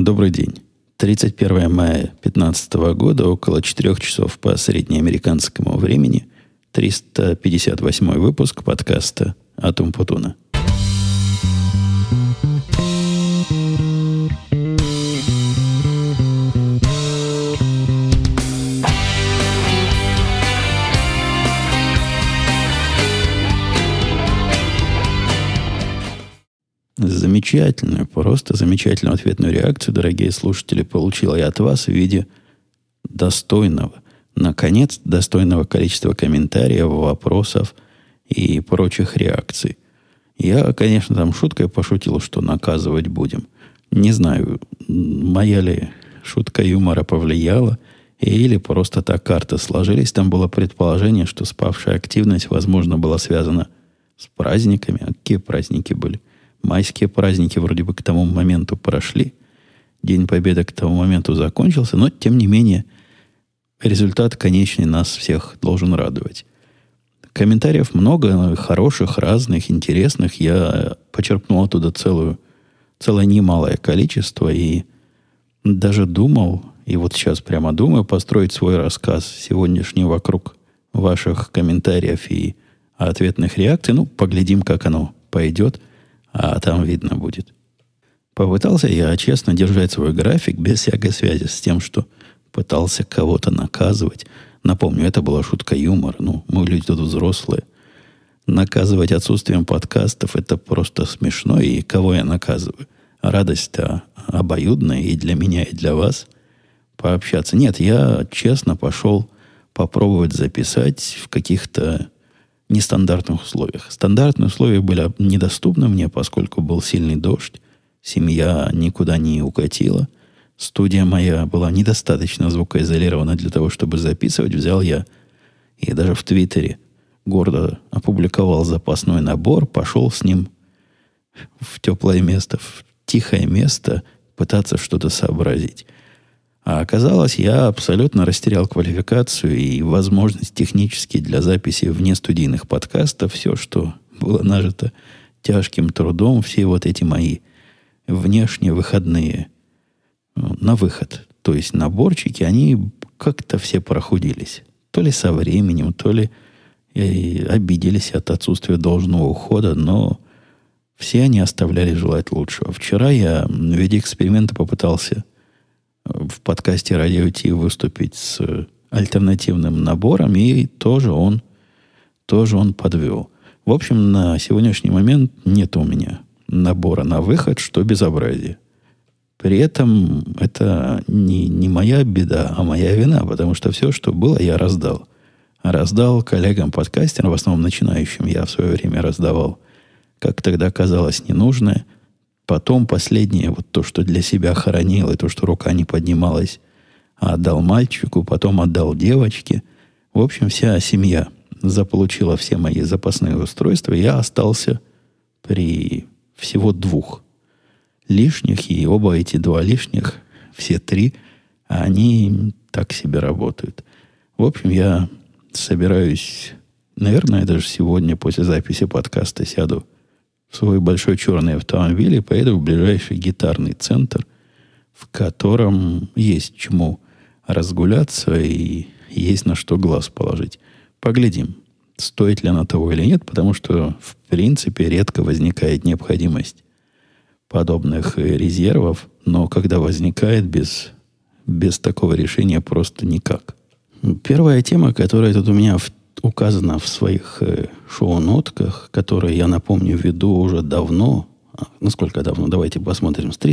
Добрый день. 31 мая 2015 года, около 4 часов по среднеамериканскому времени, 358 выпуск подкаста «Атум Путуна». Замечательную, просто замечательную ответную реакцию, дорогие слушатели, получил я от вас в виде достойного, наконец, достойного количества комментариев, вопросов и прочих реакций. Я, конечно, там шуткой пошутил, что наказывать будем. Не знаю, моя ли шутка юмора повлияла, или просто так карты сложились. Там было предположение, что спавшая активность, возможно, была связана с праздниками. А какие праздники были? Майские праздники вроде бы к тому моменту прошли. День Победы к тому моменту закончился. Но, тем не менее, результат конечный нас всех должен радовать. Комментариев много, хороших, разных, интересных. Я почерпнул оттуда целое немалое количество. И даже думал, и вот сейчас прямо думаю, построить свой рассказ сегодняшний вокруг ваших комментариев и ответных реакций. Ну, поглядим, как оно пойдет. А там видно будет. Попытался я честно держать свой график без всякой связи с тем, что пытался кого-то наказывать. Напомню, это была шутка юмора. Ну, мы люди тут взрослые. Наказывать отсутствием подкастов — это просто смешно. И кого я наказываю? Радость-то обоюдная и для меня, и для вас пообщаться. Нет, я честно пошел попробовать записать в каких-то нестандартных условиях. Стандартные условия были недоступны мне, поскольку был сильный дождь, семья никуда не укатила, студия моя была недостаточно звукоизолирована для того, чтобы записывать. Взял я и даже в Твиттере гордо опубликовал запасной набор, пошел с ним в теплое место, в тихое место пытаться что-то сообразить. А оказалось, я абсолютно растерял квалификацию и возможность технически для записи внестудийных подкастов. Все, что было нажито тяжким трудом, все вот эти мои внешние выходные на выход, то есть наборчики, они как-то все прохудились. То ли со временем, то ли обиделись от отсутствия должного ухода, но все они оставляли желать лучшего. Вчера я в виде эксперимента попытался в подкасте «Радио Ти» выступить с альтернативным набором, и тоже он подвел. В общем, на сегодняшний момент нет у меня набора на выход, что безобразие. При этом это не моя беда, а моя вина, потому что все, что было, я раздал. Раздал коллегам-подкастерам, в основном начинающим, я в свое время раздавал, как тогда казалось, ненужное. Потом последнее, вот то, что для себя хоронил, и то, что рука не поднималась, отдал мальчику, потом отдал девочке. В общем, вся семья заполучила все мои запасные устройства, и я остался при всего 2 лишних, и оба эти 2 лишних, все 3, они так себе работают. В общем, я собираюсь, наверное, даже сегодня после записи подкаста сяду в свой большой черный автомобиль и поеду в ближайший гитарный центр, в котором есть чему разгуляться и есть на что глаз положить. Поглядим, стоит ли оно того или нет, потому что, в принципе, редко возникает необходимость подобных резервов, но когда возникает, без такого решения просто никак. Первая тема, которая тут у меня указано в своих шоу-нотках, которые, я напомню, веду уже давно. Насколько давно? Давайте посмотрим. С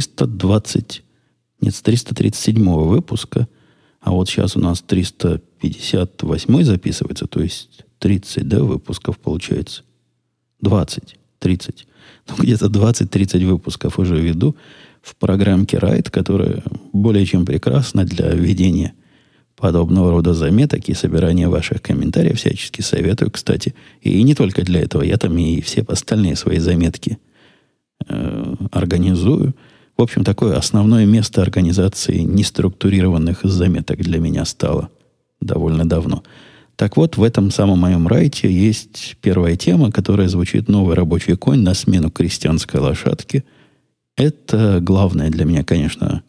337 выпуска, а вот сейчас у нас 358 записывается, то есть 30, да, выпусков получается. 30. Ну, где-то 20-30 выпусков уже веду в программке Ride, которая более чем прекрасна для ведения подобного рода заметок и собирания ваших комментариев. Всячески советую, кстати. И не только для этого. Я там и все остальные свои заметки организую. В общем, такое основное место организации неструктурированных заметок для меня стало довольно давно. Так вот, в этом самом моем райте есть первая тема, которая звучит: новый рабочий конь на смену крестьянской лошадке. Это главное для меня, конечно,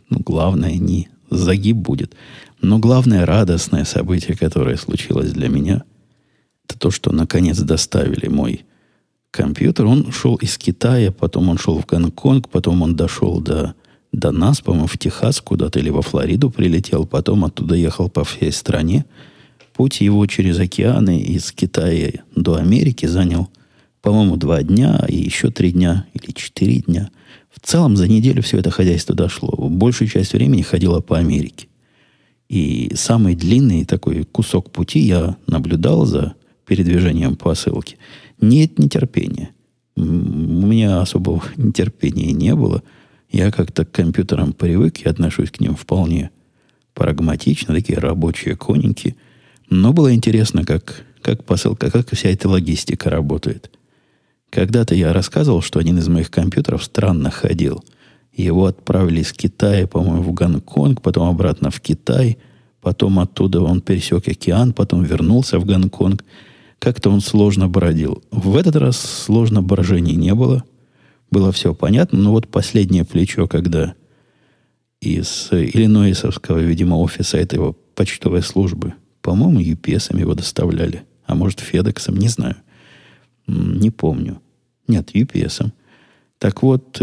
Ну, главное, не загиб будет. Но главное радостное событие, которое случилось для меня, это то, что наконец доставили мой компьютер. Он шел из Китая, потом он шел в Гонконг, потом он дошел до нас, по-моему, в Техас куда-то или во Флориду прилетел, потом оттуда ехал по всей стране. Путь его через океаны из Китая до Америки занял, по-моему, 2 дня, и еще 3 дня или 4 дня. В целом за неделю все это хозяйство дошло. Большую часть времени ходило по Америке. И самый длинный такой кусок пути я наблюдал за передвижением посылки. Нет нетерпения. У меня особого нетерпения не было. Я как-то к компьютерам привык, я отношусь к ним вполне прагматично, такие рабочие коники. Но было интересно, как посылка, как вся эта логистика работает. Когда-то я рассказывал, что один из моих компьютеров странно ходил. Его отправили из Китая, по-моему, в Гонконг, потом обратно в Китай, потом оттуда он пересек океан, потом вернулся в Гонконг. Как-то он сложно бродил. В этот раз сложно брожения не было. Было все понятно, но вот последнее плечо, когда из иллинойсовского, видимо, офиса этой его почтовой службы, по-моему, UPS его доставляли, а может, FedEx, не знаю. Не помню. Нет, UPS. Так вот,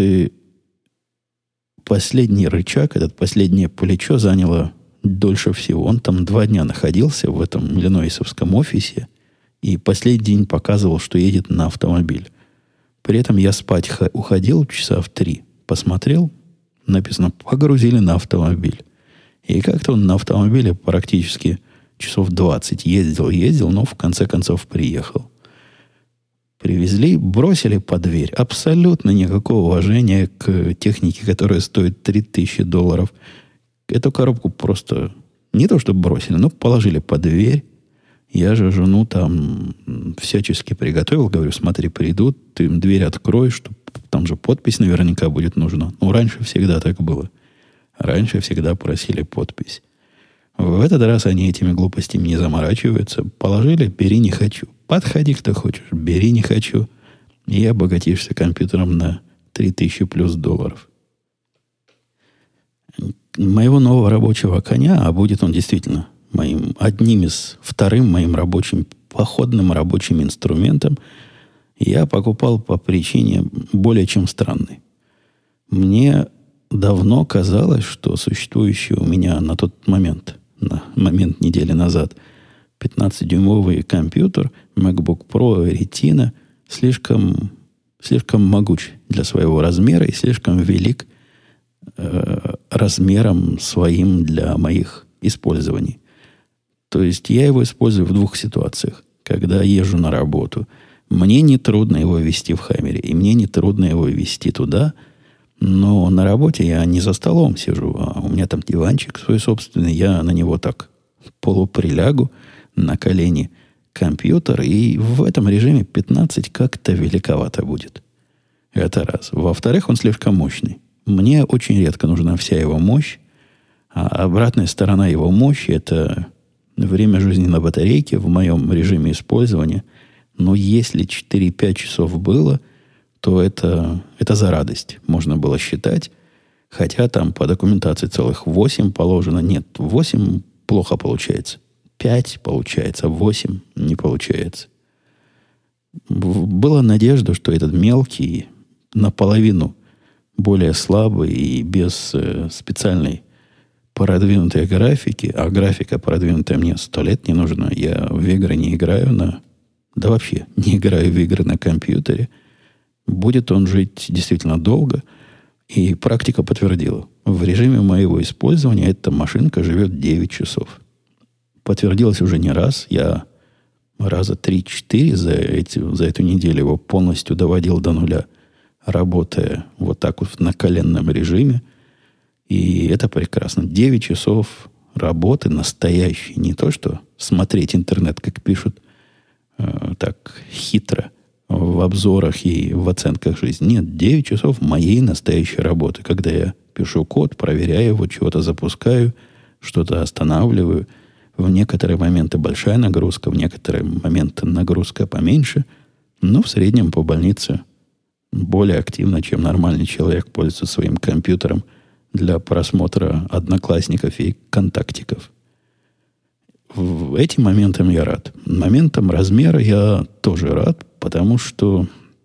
последний рычаг, это последнее плечо заняло дольше всего. Он там 2 дня находился в этом иллинойсовском офисе, и последний день показывал, что едет на автомобиль. При этом я спать уходил часа в 3. Посмотрел, написано, погрузили на автомобиль. И как-то он на автомобиле практически часов 20 ездил, но в конце концов приехал. Привезли, бросили под дверь. Абсолютно никакого уважения к технике, которая стоит $3000. Эту коробку просто не то что бросили, но положили под дверь. Я же жену там всячески приготовил. Говорю, смотри, придут, ты им дверь откроешь, что там же подпись наверняка будет нужна. Ну, раньше всегда так было. Раньше всегда просили подпись. В этот раз они этими глупостями не заморачиваются. Положили, бери, не хочу. Подходи, кто хочешь, бери, не хочу. И обогатишься компьютером на $3000+. Моего нового рабочего коня, а будет он действительно вторым моим рабочим, походным рабочим инструментом, я покупал по причине более чем странной. Мне давно казалось, что существующий у меня на тот момент, на момент недели назад, 15-дюймовый компьютер MacBook Pro Retina слишком могуч для своего размера и слишком велик размером своим для моих использований. То есть я его использую в 2 ситуациях. Когда езжу на работу, мне не трудно его везти в Хаммере, и мне не трудно его везти туда, но на работе я не за столом сижу, а у меня там диванчик свой собственный, я на него так полуприлягу, на колени компьютер, и в этом режиме 15 как-то великовато будет. Это раз. Во-вторых, он слишком мощный. Мне очень редко нужна вся его мощь, а обратная сторона его мощи – это время жизни на батарейке в моем режиме использования. Но если 4-5 часов было, то это за радость можно было считать. Хотя там по документации целых 8 положено. Нет, 8 плохо получается. 5 получается, 8 не получается. Была надежда, что этот мелкий, наполовину более слабый и без специальной продвинутой графики, а графика продвинутая мне 100 лет не нужна, я в игры не играю да вообще не играю в игры на компьютере, будет он жить действительно долго, и практика подтвердила. В режиме моего использования эта машинка живет 9 часов. Подтвердилось уже не раз. Я раза 3-4 за эту неделю его полностью доводил до нуля, работая вот так вот на коленном режиме. И это прекрасно. 9 часов работы настоящей. Не то, что смотреть интернет, как пишут так хитро в обзорах и в оценках жизни. Нет, 9 часов моей настоящей работы, когда я пишу код, проверяю его, чего-то запускаю, что-то останавливаю. В некоторые моменты большая нагрузка, в некоторые моменты нагрузка поменьше, но в среднем по больнице более активно, чем нормальный человек пользуется своим компьютером для просмотра одноклассников и контактиков. Этим моментом я рад. Моментом размера я тоже рад, потому что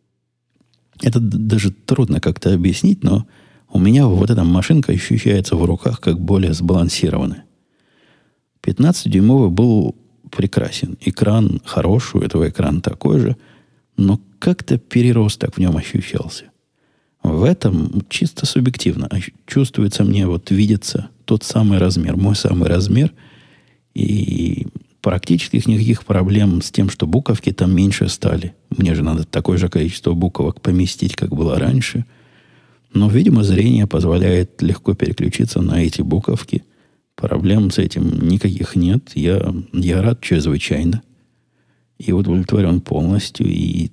это даже трудно как-то объяснить, но у меня вот эта машинка ощущается в руках как более сбалансированная. 15-дюймовый был прекрасен. Экран хороший, у этого экран такой же, но как-то переросток в нем ощущался. В этом чисто субъективно чувствуется мне, вот видится тот самый размер, мой самый размер, и практически никаких проблем с тем, что буковки там меньше стали. Мне же надо такое же количество буковок поместить, как было раньше. Но, видимо, зрение позволяет легко переключиться на эти буковки. Проблем с этим никаких нет. Я рад чрезвычайно. И удовлетворен полностью. И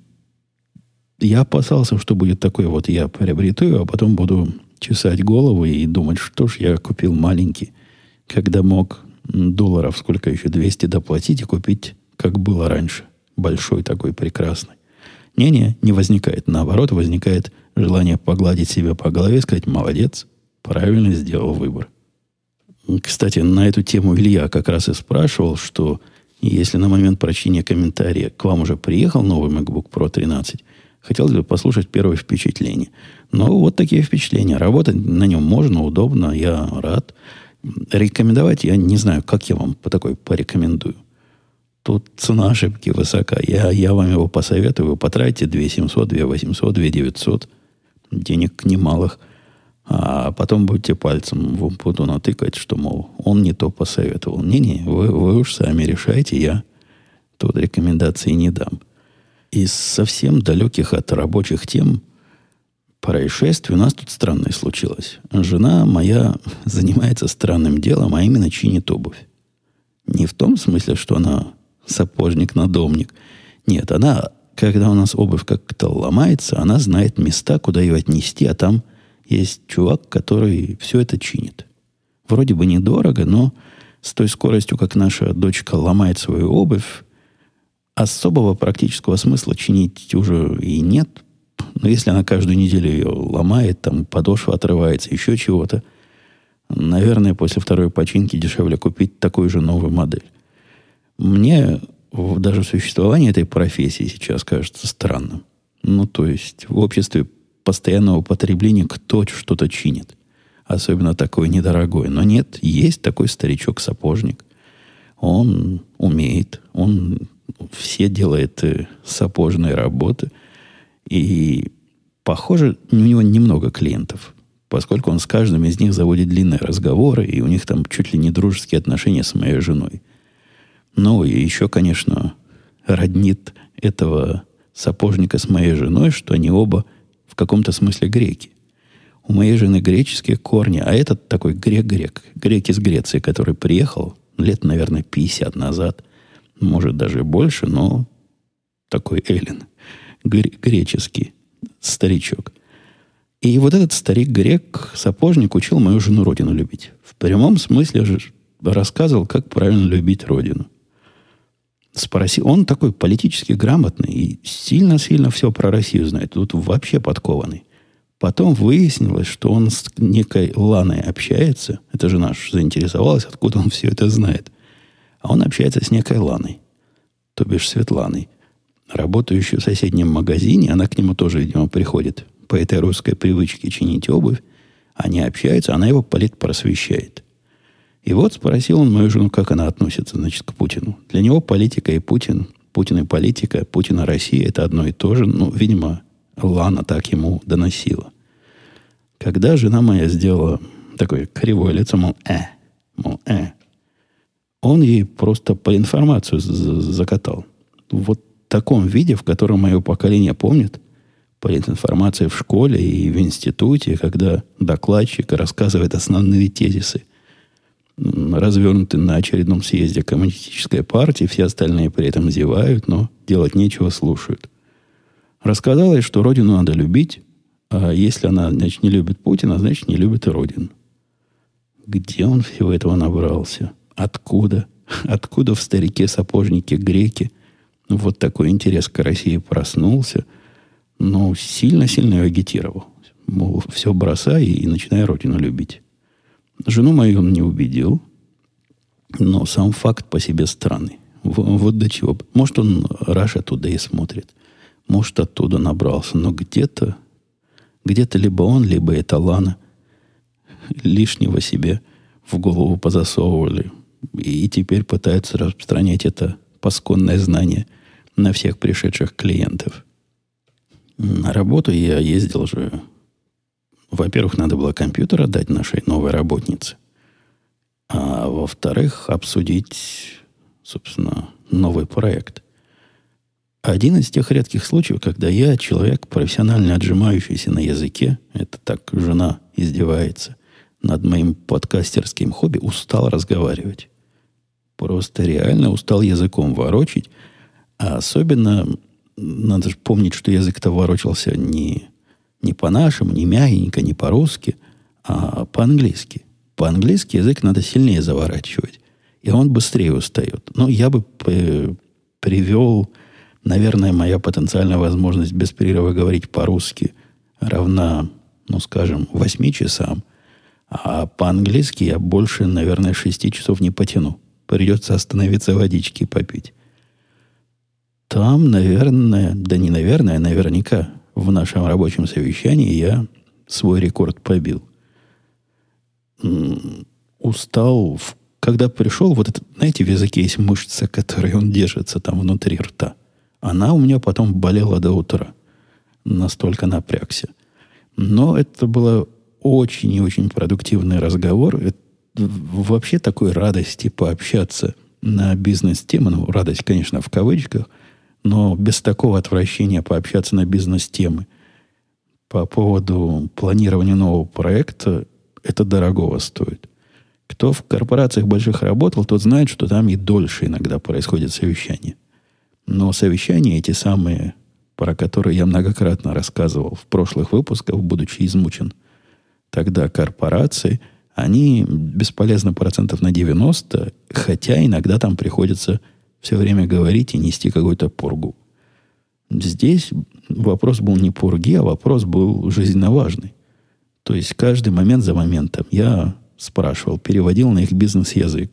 я опасался, что будет такое, вот я приобрету, а потом буду чесать голову и думать, что ж я купил маленький, когда мог долларов, сколько еще, 200 доплатить и купить, как было раньше. Большой такой, прекрасный. Не возникает. Наоборот, возникает желание погладить себя по голове, сказать, молодец, правильно сделал выбор. Кстати, на эту тему Илья как раз и спрашивал, что если на момент прочтения комментария к вам уже приехал новый MacBook Pro 13, хотелось бы послушать первые впечатления. Но вот такие впечатления. Работать на нем можно, удобно, я рад. Рекомендовать я не знаю, как я вам по такой порекомендую. Тут цена ошибки высока. Я вам его посоветую. Вы потратите 2700, 2800, 2900. Денег немалых. А потом будете пальцем в Умпутуна тыкать, что, мол, он не то посоветовал. Вы уж сами решайте. Я тут рекомендации не дам. Из совсем далеких от рабочих тем происшествий у нас тут странное случилось. Жена моя занимается странным делом, а именно чинит обувь. Не в том смысле, что она сапожник-надомник. Нет, она, когда у нас обувь как-то ломается, она знает места, куда ее отнести, а там есть чувак, который все это чинит. Вроде бы недорого, но с той скоростью, как наша дочка ломает свою обувь, особого практического смысла чинить уже и нет. Но если она каждую неделю ее ломает, там подошва отрывается, еще чего-то, наверное, после второй починки дешевле купить такую же новую модель. Мне даже существование этой профессии сейчас кажется странным. Ну, то есть в обществе постоянного потребления кто что-то чинит. Особенно такое недорогое. Но нет, есть такой старичок-сапожник. Он умеет, он все делает сапожные работы. И, похоже, у него немного клиентов, поскольку он с каждым из них заводит длинные разговоры, и у них там чуть ли не дружеские отношения с моей женой. Ну, и еще, конечно, роднит этого сапожника с моей женой, что они оба в каком-то смысле греки. У моей жены греческие корни, а этот такой грек-грек. Грек из Греции, который приехал лет, наверное, 50 назад, может, даже больше, но такой эллин. Греческий старичок. И вот этот старик-грек, сапожник, учил мою жену родину любить. В прямом смысле же рассказывал, как правильно любить родину. Спросил, он такой политически грамотный и сильно-сильно все про Россию знает. Тут вообще подкованный. Потом выяснилось, что он с некой Ланой общается. Это жена заинтересовалась, откуда он все это знает. А он общается с некой Ланой, то бишь Светланой, работающую в соседнем магазине. Она к нему тоже, видимо, приходит по этой русской привычке чинить обувь. Они общаются, она его политпросвещает. И вот спросил он мою жену, как она относится, значит, к Путину. Для него политика и Путин, Путин и политика, Путин и Россия – это одно и то же. Ну, видимо, Лана так ему доносила. Когда жена моя сделала такое кривое лицо, мол, он ей просто по информацию закатал. Вот в таком виде, в котором мое поколение помнит, политинформация в школе и в институте, когда докладчик рассказывает основные тезисы, развернуты на очередном съезде коммунистической партии, все остальные при этом зевают, но делать нечего, слушают. Рассказала ей, что родину надо любить, а если она, значит, не любит Путина, значит, не любит и родину. Где он всего этого набрался? Откуда? Откуда в старике-сапожнике греки вот такой интерес к России проснулся? Ну, сильно-сильно ее агитировал. Мол, все бросай и начинай родину любить. Жену мою он не убедил, но сам факт по себе странный. Вот до чего. Может, он Russia Today смотрит. Может, оттуда набрался. Но где-то либо он, либо это Лана лишнего себе в голову позасовывали. И теперь пытаются распространять это пасконное знание на всех пришедших клиентов. На работу я ездил же. Во-первых, надо было компьютер отдать нашей новой работнице. А во-вторых, обсудить, собственно, новый проект. Один из тех редких случаев, когда я, человек, профессионально отжимающийся на языке, это так жена издевается над моим подкастерским хобби, устал разговаривать. Просто реально устал языком ворочить. А особенно надо же помнить, что язык-то ворочался не по-нашему, не мягенько, не по-русски, а по-английски. По-английски язык надо сильнее заворачивать, и он быстрее устает. Но я бы привел, наверное, моя потенциальная возможность без перерыва говорить по-русски равна, скажем, 8 часам, а по-английски я больше, наверное, 6 часов не потяну. Придется остановиться, водички попить. Там, наверное, да не наверное, а наверняка в нашем рабочем совещании я свой рекорд побил. Устал, когда пришел, вот это, знаете, в языке есть мышца, которой он держится там внутри рта. Она у меня потом болела до утра. Настолько напрягся. Но это было очень и очень продуктивный разговор. Вообще такой радости пообщаться на бизнес-темы. Радость, конечно, в кавычках, но без такого отвращения пообщаться на бизнес-темы по поводу планирования нового проекта, это дорогого стоит. Кто в корпорациях больших работал, тот знает, что там и дольше иногда происходят совещания. Но совещания эти самые, про которые я многократно рассказывал в прошлых выпусках, будучи измучен тогда корпорации, они бесполезны 90%, хотя иногда там приходится все время говорить и нести какую-то пургу. Здесь вопрос был не пурги, а вопрос был жизненно важный. То есть каждый момент за моментом я спрашивал, переводил на их бизнес-язык.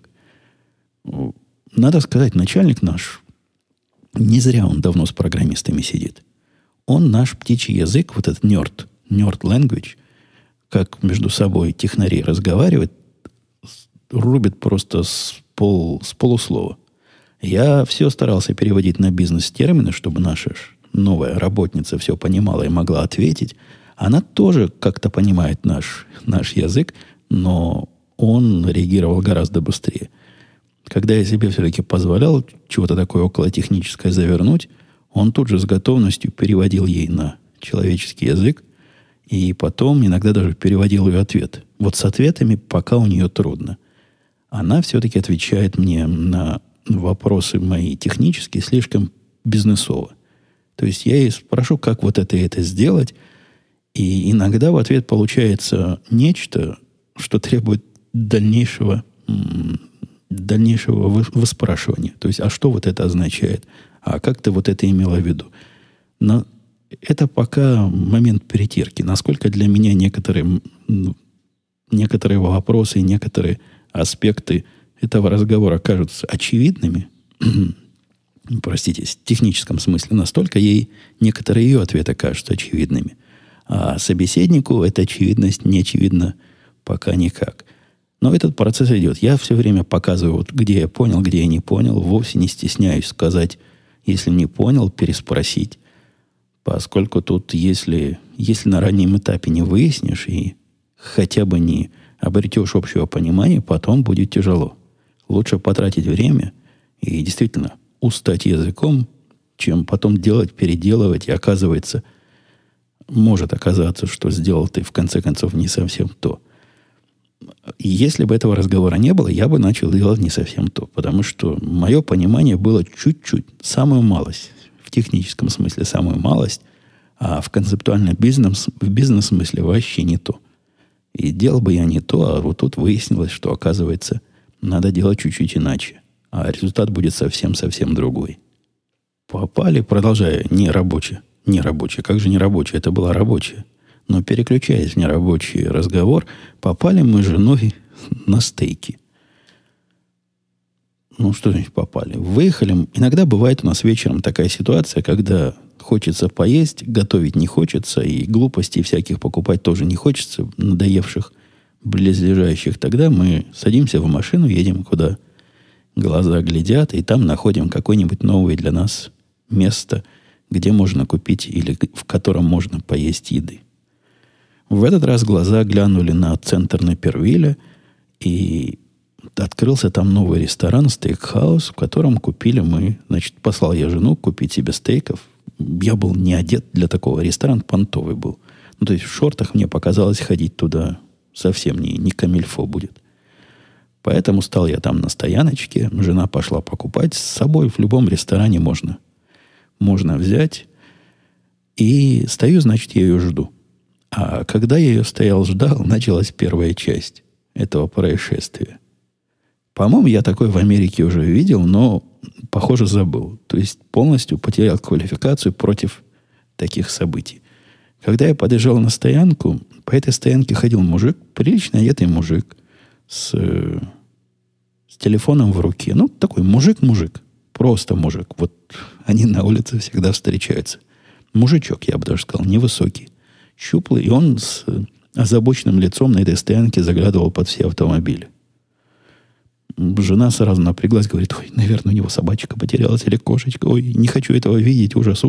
Надо сказать, начальник наш, не зря он давно с программистами сидит. Он наш птичий язык, вот этот nerd language, как между собой технари разговаривают, рубит просто с полуслова. Я все старался переводить на бизнес-термины, чтобы наша новая работница все понимала и могла ответить. Она тоже как-то понимает наш язык, но он реагировал гораздо быстрее. Когда я себе все-таки позволял чего-то такое околотехническое завернуть, он тут же с готовностью переводил ей на человеческий язык, и потом иногда даже переводил ее ответ. Вот с ответами пока у нее трудно. Она все-таки отвечает мне на вопросы мои технические слишком бизнесово. То есть я ей спрошу, как вот это и это сделать, и иногда в ответ получается нечто, что требует дальнейшего выспрашивания. То есть, а что вот это означает? А как ты вот это имела в виду? Но это пока момент перетирки. Насколько для меня некоторые вопросы и некоторые аспекты этого разговора кажутся очевидными, простите, в техническом смысле, настолько ей некоторые ее ответы кажутся очевидными. А собеседнику эта очевидность не очевидна пока никак. Но этот процесс идет. Я все время показываю, вот, где я понял, где я не понял. Вовсе не стесняюсь сказать, если не понял, переспросить. Поскольку тут, если на раннем этапе не выяснишь и хотя бы не обретешь общего понимания, потом будет тяжело. Лучше потратить время и действительно устать языком, чем потом делать, переделывать, и может оказаться, что сделал ты в конце концов не совсем то. И если бы этого разговора не было, я бы начал делать не совсем то, потому что мое понимание было чуть-чуть, самую малость, в техническом смысле самую малость, а в концептуальном бизнес-смысле вообще не то. И делал бы я не то, а вот тут выяснилось, что, оказывается, надо делать чуть-чуть иначе. А результат будет совсем-совсем другой. Попали, продолжая, нерабочее, как же нерабочее? Это было рабочее. Но переключаясь в нерабочий разговор, попали мы с женой на стейки. Ну, что значит попали? Выехали. Иногда бывает у нас вечером такая ситуация, когда хочется поесть, готовить не хочется, и глупостей всяких покупать тоже не хочется, надоевших, близлежащих. Тогда мы садимся в машину, едем куда глаза глядят, и там находим какое-нибудь новое для нас место, где можно купить или в котором можно поесть еды. В этот раз глаза глянули на центр Напервилля, и открылся там новый ресторан, стейкхаус, в котором купили мы, значит, послал я жену купить себе стейков. Я был не одет для такого, ресторан понтовый был. Ну, то есть в шортах мне показалось ходить туда совсем не камильфо будет. Поэтому стал я там на стояночке, жена пошла покупать. С собой в любом ресторане можно взять. И стою, значит, я ее жду. А когда я ее ждал, началась первая часть этого происшествия. По-моему, я такое в Америке уже видел, но, похоже, забыл. То есть полностью потерял квалификацию против таких событий. Когда я подъезжал на стоянку, по этой стоянке ходил мужик, прилично одетый мужик, с телефоном в руке. Ну, такой мужик. Просто мужик. Вот они на улице всегда встречаются. Мужичок, я бы даже сказал, невысокий, щуплый. И он с озабоченным лицом на этой стоянке заглядывал под все автомобили. Жена сразу напряглась, говорит: ой, наверное, у него собачка потерялась или кошечка. Ой, не хочу этого видеть, ужас.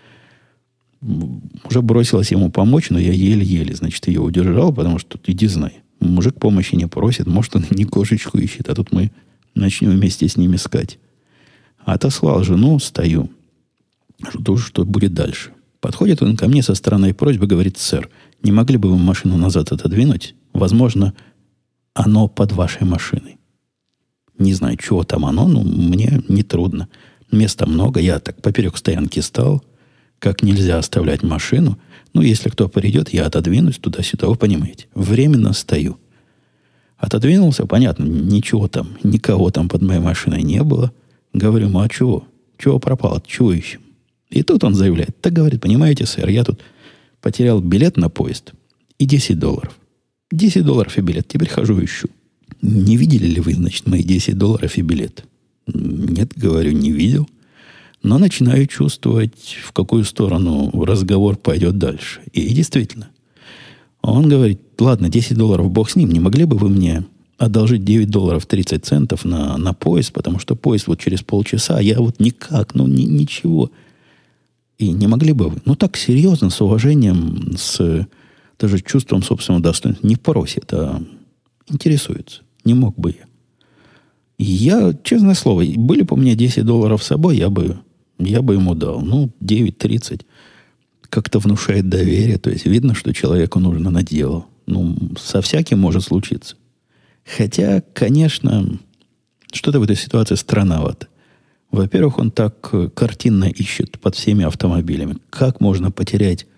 Уже бросилась ему помочь, но я еле-еле, значит, ее удержал, потому что тут иди знай. Мужик помощи не просит, может, он не кошечку ищет, а тут мы начнем вместе с ним искать. Отослал жену, стою. Жду, что будет дальше. Подходит он ко мне со странной просьбой, говорит: сэр, не могли бы вы машину назад отодвинуть? Возможно, оно под вашей машиной. Не знаю, чего там оно, но мне нетрудно. Места много, я так поперек стоянки стал. Как нельзя оставлять машину. Ну, если кто придет, я отодвинусь туда-сюда, вы понимаете. Временно стою. Отодвинулся, понятно, ничего там, никого там под моей машиной не было. Говорю: а чего? Чего пропало? Чего ищем? И тут он заявляет: так, говорит, понимаете, сэр, я тут потерял билет на поезд и $10. $10 и билет, теперь хожу ищу. Не видели ли вы, значит, мои $10 и билет? Нет, говорю, не видел. Но начинаю чувствовать, в какую сторону разговор пойдет дальше. И действительно. Он говорит: ладно, $10 бог с ним. Не могли бы вы мне одолжить $9.30 на поезд, потому что поезд вот через полчаса, а я вот никак, ничего. И не могли бы вы? Ну, так серьезно, с уважением, с даже чувством собственного достоинства. Не просит, а интересуется. Не мог бы я. И я, честное слово, были бы у меня $10 с собой, я бы ему дал. 9.30. Как-то внушает доверие. То есть видно, что человеку нужно на дело. Со всяким может случиться. Хотя, конечно, что-то в этой ситуации странновато. Во-первых, он так картинно ищет под всеми автомобилями. Как можно потерять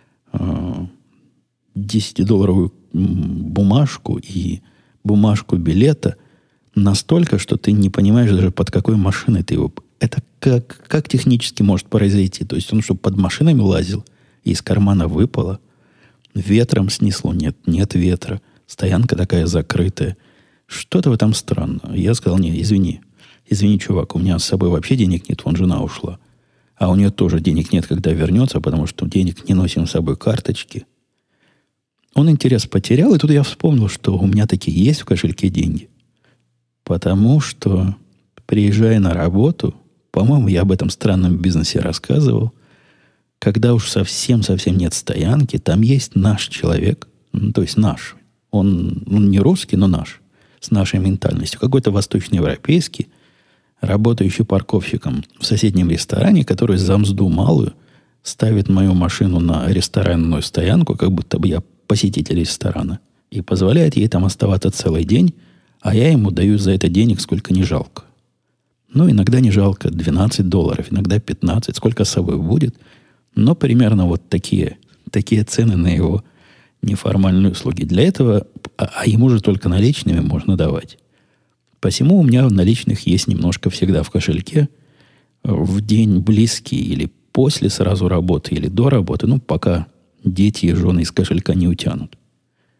10-долларовую бумажку и бумажку билета настолько, что ты не понимаешь даже, под какой машиной ты его... Это как технически может произойти? То есть он что, под машинами лазил и из кармана выпало? Ветром снесло? Нет ветра. Стоянка такая закрытая. Что-то в этом странно. Я сказал: не, извини, чувак, у меня с собой вообще денег нет, вон жена ушла. А у нее тоже денег нет, когда вернется, потому что денег не носим с собой, карточки. Он интерес потерял, и тут я вспомнил, что у меня такие есть в кошельке деньги. Потому что, приезжая на работу, по-моему, я об этом странном бизнесе рассказывал, когда уж совсем-совсем нет стоянки, там есть наш человек, то есть наш. Он не русский, но наш, с нашей ментальностью. Какой-то восточноевропейский, работающий парковщиком в соседнем ресторане, который за мзду малую ставит мою машину на ресторанную стоянку, как будто бы я посетитель ресторана, и позволяет ей там оставаться целый день, а я ему даю за это денег, сколько не жалко. Иногда не жалко $12, иногда 15, сколько с собой будет. Но примерно вот такие цены на его неформальные услуги. Для этого, а ему же только наличными можно давать. Посему у меня наличных есть немножко всегда в кошельке. В день близкий или после сразу работы, или до работы, пока дети и жены из кошелька не утянут.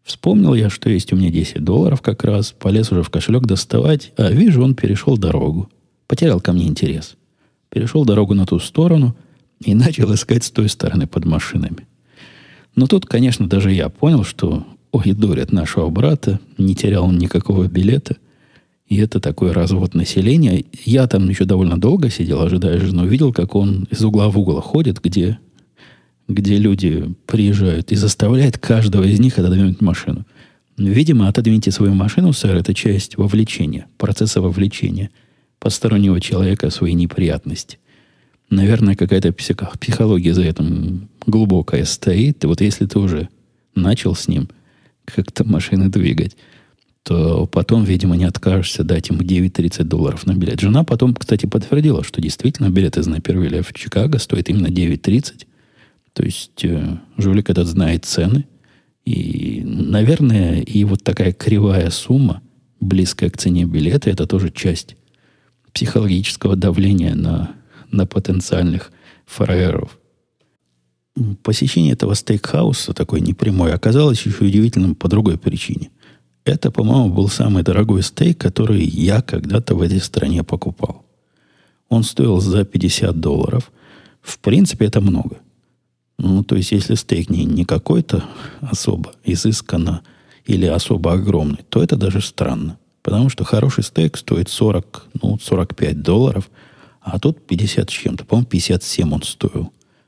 Вспомнил я, что есть у меня $10 как раз, полез уже в кошелек доставать, а вижу, он перешел дорогу. Потерял ко мне интерес. Перешел дорогу на ту сторону и начал искать с той стороны под машинами. Но тут, конечно, даже я понял, что ой, дурят нашего брата, не терял он никакого билета. И это такой развод населения. Я там еще довольно долго сидел, ожидая жену, видел, как он из угла в угол ходит, где люди приезжают, и заставляет каждого из них отодвинуть машину. Видимо, отодвиньте свою машину, сэр, это часть вовлечения, процесса вовлечения постороннего человека в свои неприятности. Наверное, какая-то психология за этим глубокая стоит. И вот если ты уже начал с ним как-то машины двигать, то потом, видимо, не откажешься дать ему $9.30 на билет. Жена потом, кстати, подтвердила, что действительно билет из Напервилля в Чикаго стоит именно $9.30. То есть жулик этот знает цены. И, наверное, и вот такая кривая сумма, близкая к цене билета, это тоже часть психологического давления на потенциальных фраеров. Посещение этого стейкхауса, такой непрямой, оказалось еще удивительным по другой причине. Это, по-моему, был самый дорогой стейк, который я когда-то в этой стране покупал. Он стоил за $50. В принципе, это много. Ну, то есть, если стейк не какой-то особо изысканно или особо огромный, то это даже странно. Потому что хороший стейк стоит $45, а тут 50 с чем-то. По-моему, 57 он стоил.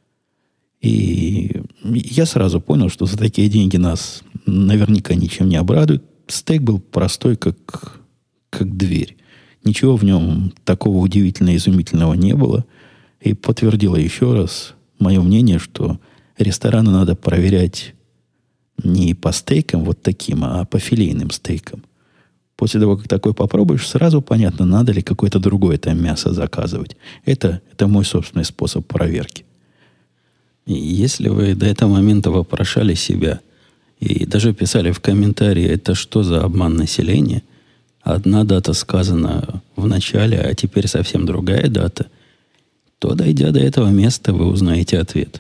И я сразу понял, что за такие деньги нас наверняка ничем не обрадуют. Стейк был простой, как дверь. Ничего в нем такого удивительного, изумительного не было. И подтвердило еще раз мое мнение, что рестораны надо проверять не по стейкам вот таким, а по филейным стейкам. После того, как такой попробуешь, сразу понятно, надо ли какое-то другое там мясо заказывать. Это мой собственный способ проверки. И если вы до этого момента вопрошали себя и даже писали в комментарии, это что за обман населения, одна дата сказана в начале, а теперь совсем другая дата, то, дойдя до этого места, вы узнаете ответ.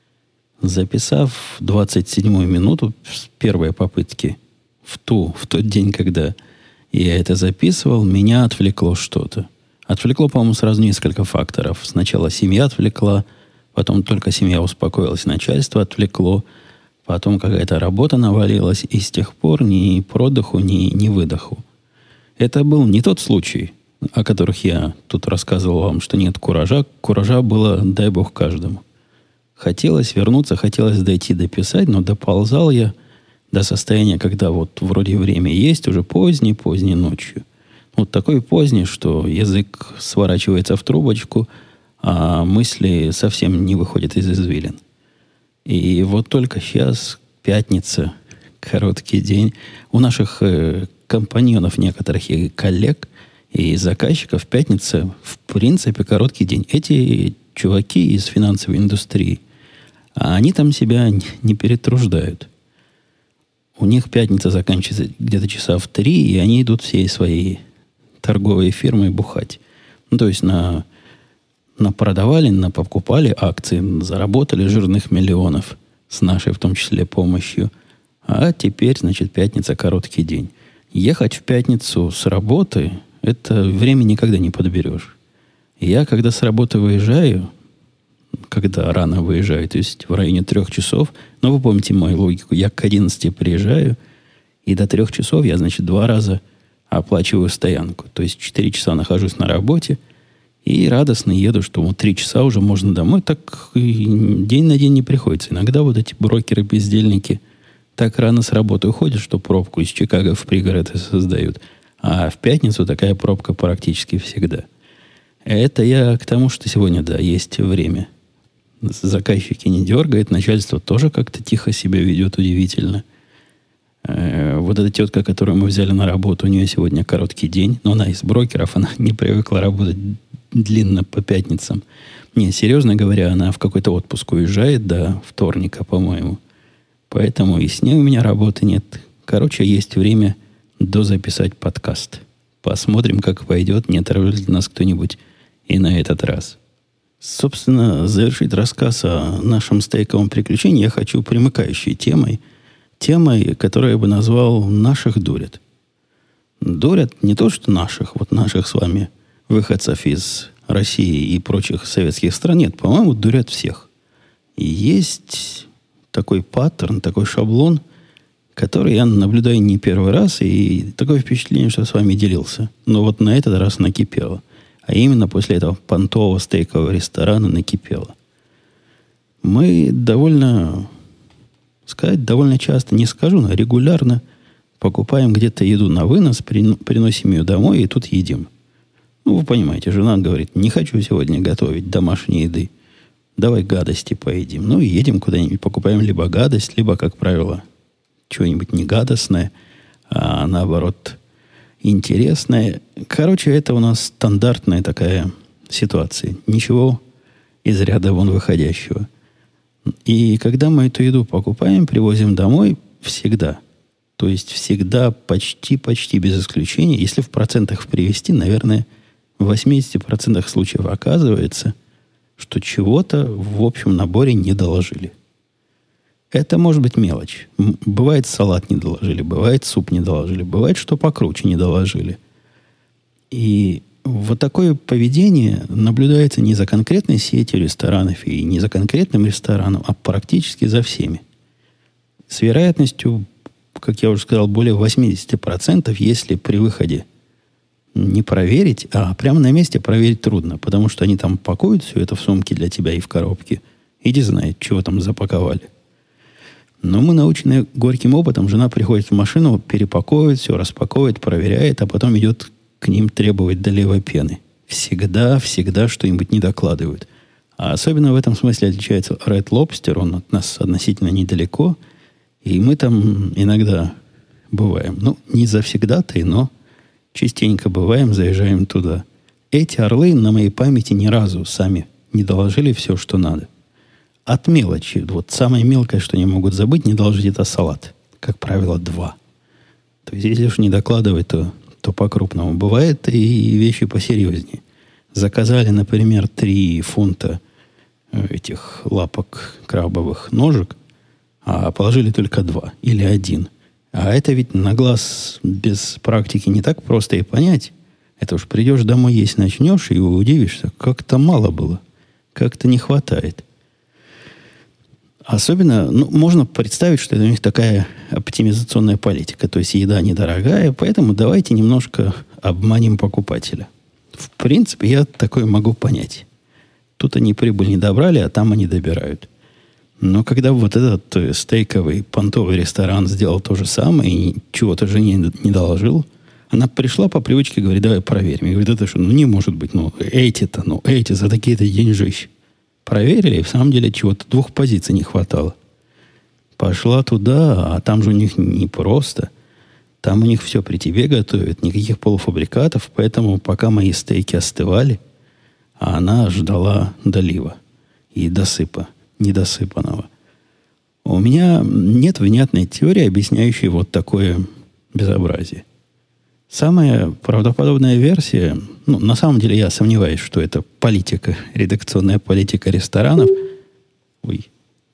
Записав 27-ю минуту с первой попытки в тот день, когда я это записывал, меня отвлекло что-то. Отвлекло, по-моему, сразу несколько факторов. Сначала семья отвлекла, потом только семья успокоилась, начальство отвлекло, потом какая-то работа навалилась, и с тех пор ни продыху, ни выдоху. Это был не тот случай, о которых я тут рассказывал вам, что нет куража. Куража было, дай бог, каждому. Хотелось вернуться, хотелось дойти дописать, но доползал я до состояния, когда вот вроде время есть, уже поздней ночью. Вот такой поздний, что язык сворачивается в трубочку, а мысли совсем не выходят из извилин. И вот только сейчас, пятница, короткий день, у наших компаньонов некоторых и коллег, и заказчиков пятница, в принципе, короткий день. Эти чуваки из финансовой индустрии, они там себя не перетруждают. У них пятница заканчивается где-то часа в 3, и они идут всей своей торговой фирмой бухать. Ну, то есть напродавали, напокупали акции, заработали жирных миллионов с нашей, в том числе, помощью. А теперь, значит, пятница, короткий день. Ехать в пятницу с работы, это время никогда не подберешь. Я, когда с работы выезжаю, когда рано выезжаю, то есть в районе 3 часов, но вы помните мою логику, я к 11 приезжаю, и до 3 часов я, значит, 2 раза оплачиваю стоянку. То есть 4 часа нахожусь на работе, и радостно еду, что вот 3 часа уже можно домой. Так день на день не приходится. Иногда вот эти брокеры-бездельники так рано с работы уходят, что пробку из Чикаго в пригороды создают. А в пятницу такая пробка практически всегда. Это я к тому, что сегодня, да, есть время. Заказчики не дергают, начальство тоже как-то тихо себя ведет удивительно. Вот эта тетка, которую мы взяли на работу, у нее сегодня короткий день, но она из брокеров, она не привыкла работать длинно по пятницам. Не, серьезно говоря, она в какой-то отпуск уезжает до вторника, по-моему. Поэтому и с ней у меня работы нет. Короче, есть время дозаписать подкаст. Посмотрим, как пойдет, не отравит ли нас кто-нибудь и на этот раз. Собственно, завершить рассказ о нашем стейковом приключении я хочу примыкающей темой, темой, которую я бы назвал «Наших дурят». Дурят не то, что наших, вот наших с вами выходцев из России и прочих советских стран. Нет, по-моему, дурят всех. И есть такой паттерн, такой шаблон, который я наблюдаю не первый раз, и такое впечатление, что с вами делился. Но вот на этот раз накипело. А именно после этого понтового стейкового ресторана накипело. Мы довольно часто, не скажу, но регулярно покупаем где-то еду на вынос, приносим ее домой и тут едим. Ну, вы понимаете, жена говорит, не хочу сегодня готовить домашней еды. Давай гадости поедим. Ну, и едем куда-нибудь, покупаем либо гадость, либо, как правило, что-нибудь негадостное, а наоборот, интересное. Короче, это у нас стандартная такая ситуация. Ничего из ряда вон выходящего. И когда мы эту еду покупаем, привозим домой, всегда, то есть всегда, почти без исключения, если в процентах привести, наверное, в 80% случаев оказывается, что чего-то в общем наборе не доложили. Это может быть мелочь. Бывает, салат не доложили, бывает, суп не доложили, бывает, что покруче не доложили. И вот такое поведение наблюдается не за конкретной сетью ресторанов и не за конкретным рестораном, а практически за всеми. С вероятностью, как я уже сказал, более 80%, если при выходе не проверить, а прямо на месте проверить трудно, потому что они там пакуют все это в сумке для тебя и в коробке. Иди знает, чего там запаковали. Но мы, наученные горьким опытом, жена приходит в машину, перепаковывает все, распаковывает, проверяет, а потом идет к ним требовать доливой пены. Всегда что-нибудь не докладывают. А особенно в этом смысле отличается Red Lobster, он от нас относительно недалеко, и мы там иногда бываем. Ну, не завсегда-то, но частенько бываем, заезжаем туда. Эти орлы на моей памяти ни разу сами не доложили все, что надо. От мелочи. Вот самое мелкое, что они могут забыть, не доложить, это салат. Как правило, 2. То есть, если уж не докладывать, то по-крупному. Бывает и вещи посерьезнее. Заказали, например, 3 фунта этих лапок крабовых ножек, а положили только 2 или 1. А это ведь на глаз без практики не так просто и понять. Это уж придешь домой есть начнешь и удивишься, как-то мало было. Как-то не хватает. Особенно, можно представить, что это у них такая оптимизационная политика. То есть еда недорогая, поэтому давайте немножко обманем покупателя. В принципе, я такое могу понять. Тут они прибыль не добрали, а там они добирают. Но когда вот этот стейковый понтовый ресторан сделал то же самое и чего-то жене не доложил, она пришла по привычке, говорит, давай проверим. Я говорю, это что, не может быть, эти за такие-то деньжищи. Проверили, и в самом деле чего-то 2 позиций не хватало. Пошла туда, а там же у них не просто. Там у них все при тебе готовят, никаких полуфабрикатов, поэтому пока мои стейки остывали, а она ждала долива и досыпа, недосыпанного. У меня нет внятной теории, объясняющей вот такое безобразие. Самая правдоподобная версия, на самом деле я сомневаюсь, что это политика, редакционная политика ресторанов. Ой,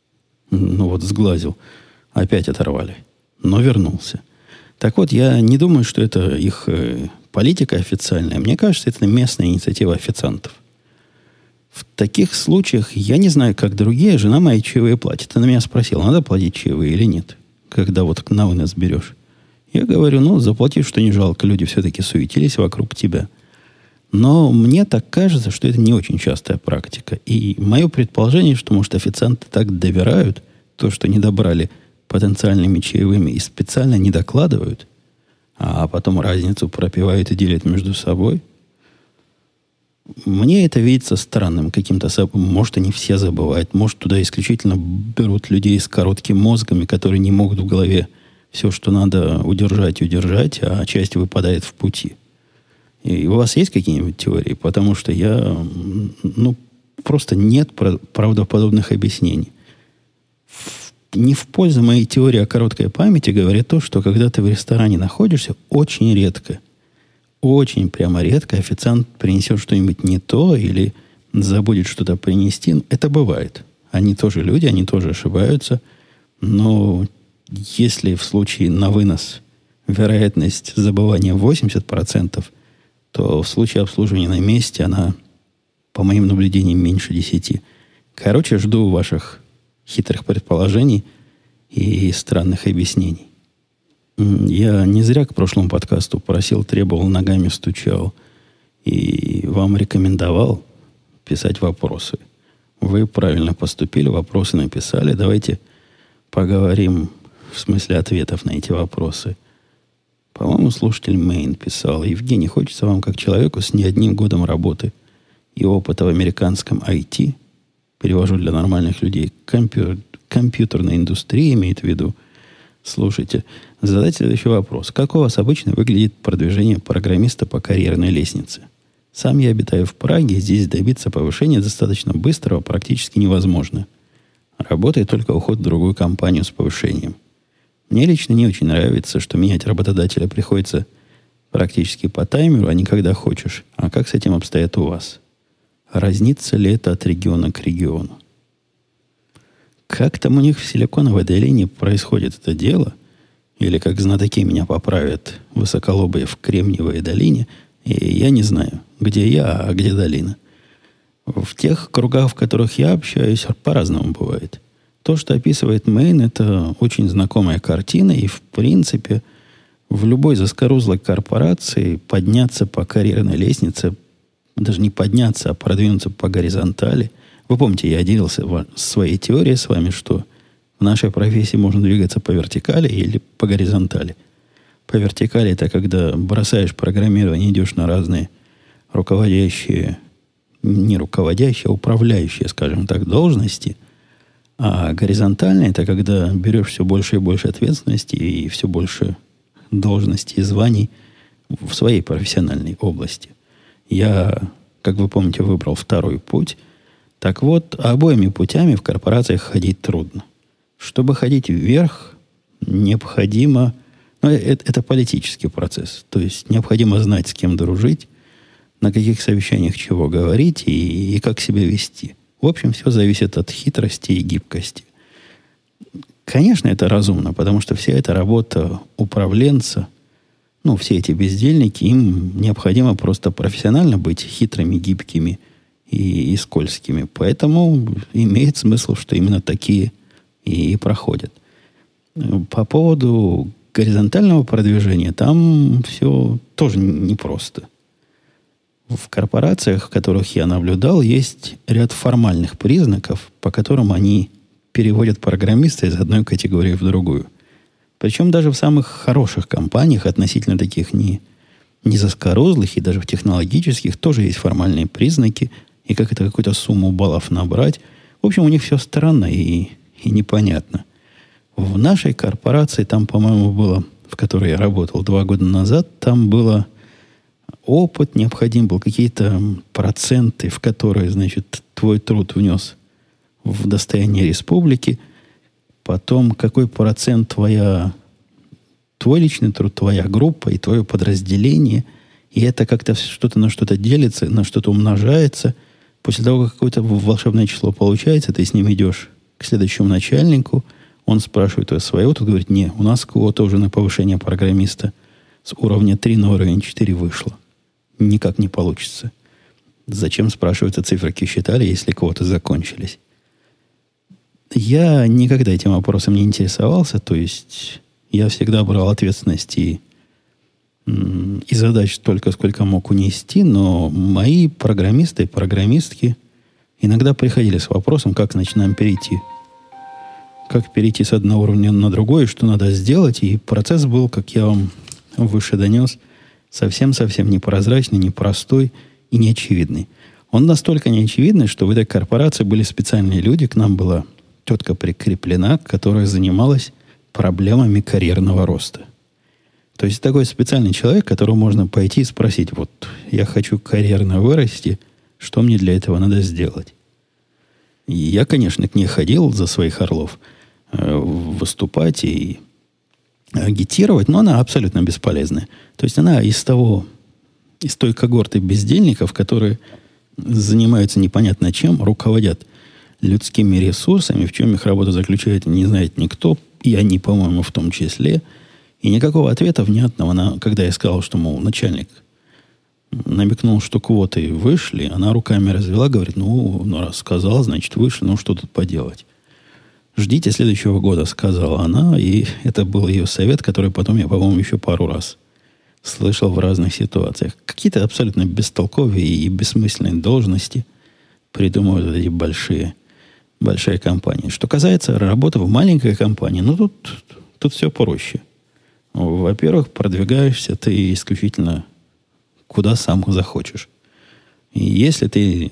сглазил. Опять оторвали. Но вернулся. Так вот, я не думаю, что это их политика официальная. Мне кажется, это местная инициатива официантов. В таких случаях, я не знаю, как другие, жена моя чаевые платит. Она меня спросила, надо платить чаевые или нет, когда вот на вынос берешь. Я говорю, заплати, что не жалко. Люди все-таки суетились вокруг тебя. Но мне так кажется, что это не очень частая практика. И мое предположение, что, может, официанты так доверяют то, что не добрали потенциальными чаевыми и специально не докладывают, а потом разницу пропивают и делят между собой. Мне это видится странным каким-то. Может, они все забывают. Может, туда исключительно берут людей с короткими мозгами, которые не могут в голове все, что надо удержать, а часть выпадает в пути. И у вас есть какие-нибудь теории? Потому что просто нет правдоподобных объяснений. Не в пользу моей теории о короткой памяти говорит то, что когда ты в ресторане находишься, очень редко, очень прямо редко официант принесет что-нибудь не то или забудет что-то принести. Это бывает. Они тоже люди, они тоже ошибаются. Но если в случае на вынос вероятность забывания 80%, то в случае обслуживания на месте она, по моим наблюдениям, меньше 10%. Короче, жду ваших хитрых предположений и странных объяснений. Я не зря к прошлому подкасту просил, требовал, ногами стучал и вам рекомендовал писать вопросы. Вы правильно поступили, вопросы написали. Давайте поговорим в смысле ответов на эти вопросы. По-моему, слушатель Мэйн писал: Евгений, хочется вам, как человеку с не одним годом работы и опыта в американском IT, перевожу для нормальных людей, компьютерной индустрии, имеет в виду, слушайте, задать следующий вопрос. Как у вас обычно выглядит продвижение программиста по карьерной лестнице? Сам я обитаю в Праге, здесь добиться повышения достаточно быстрого практически невозможно. Работает только уход в другую компанию с повышением. Мне лично не очень нравится, что менять работодателя приходится практически по таймеру, а не когда хочешь. А как с этим обстоит у вас? Разнится ли это от региона к региону? Как там у них в Силиконовой долине происходит это дело? Или, как знатоки меня поправят, высоколобые в Кремниевой долине, и я не знаю, где я, а где долина. В тех кругах, в которых я общаюсь, по-разному бывает. То, что описывает Мэйн, это очень знакомая картина, и, в принципе, в любой заскорузлой корпорации подняться по карьерной лестнице, даже не подняться, а продвинуться по горизонтали. Вы помните, я делился своей теорией с вами, что в нашей профессии можно двигаться по вертикали или по горизонтали. По вертикали это когда бросаешь программирование, идешь на разные руководящие, не руководящие, а управляющие, скажем так, должности. А горизонтально это когда берешь все больше и больше ответственности и все больше должностей и званий в своей профессиональной области. Я, как вы помните, выбрал второй путь. Так вот, обоими путями в корпорациях ходить трудно. Чтобы ходить вверх, необходимо... это политический процесс. То есть необходимо знать, с кем дружить, на каких совещаниях чего говорить и как себя вести. В общем, все зависит от хитрости и гибкости. Конечно, это разумно, потому что вся эта работа управленца, все эти бездельники, им необходимо просто профессионально быть хитрыми, гибкими и скользкими. Поэтому имеет смысл, что именно такие и проходят. По поводу горизонтального продвижения, там все тоже непросто. В корпорациях, в которых я наблюдал, есть ряд формальных признаков, по которым они переводят программиста из одной категории в другую. Причем даже в самых хороших компаниях, относительно таких не заскорузлых, и даже в технологических, тоже есть формальные признаки, и как это какую-то сумму баллов набрать. В общем, у них все странно и непонятно. В нашей корпорации, там, по-моему, было, в которой я работал 2 года назад, там было опыт необходим был, какие-то проценты, в которые, значит, твой труд внес в достояние республики, потом какой процент твой личный труд, твоя группа и твое подразделение, и это как-то что-то на что-то делится, на что-то умножается. После того, как какое-то волшебное число получается, ты с ним идешь к следующему начальнику, он спрашивает твое своего, тут говорит: не, у нас кого-то уже на повышение программиста с уровня 3 на уровень 4 вышло. Никак не получится. Зачем, спрашиваются, циферки считали, если кого-то закончились? Я никогда этим вопросом не интересовался, то есть я всегда брал ответственность и задач столько, сколько мог унести, но мои программисты и программистки иногда приходили с вопросом, как, значит, нам перейти. Как перейти с одного уровня на другой, что надо сделать. И процесс был, как я вам выше донес, совсем-совсем непрозрачный, непростой и неочевидный. Он настолько неочевидный, что в этой корпорации были специальные люди, к нам была тетка прикреплена, которая занималась проблемами карьерного роста. То есть такой специальный человек, которому можно пойти и спросить: вот я хочу карьерно вырасти, что мне для этого надо сделать? И я, конечно, к ней ходил за своих орлов выступать и агитировать, но она абсолютно бесполезная. То есть она из той когорты бездельников, которые занимаются непонятно чем, руководят людскими ресурсами, в чем их работа заключается, не знает никто, и они, по-моему, в том числе. И никакого ответа внятного, когда я сказал, что, мол, начальник намекнул, что квоты вышли, она руками развела, говорит, раз сказал, значит, вышли, что тут поделать. Ждите следующего года, сказала она, и это был ее совет, который потом я, по-моему, еще пару раз слышал в разных ситуациях. Какие-то абсолютно бестолковые и бессмысленные должности придумывают вот эти большие компании. Что касается работы в маленькой компании, тут все проще. Во-первых, продвигаешься ты исключительно куда сам захочешь. И если ты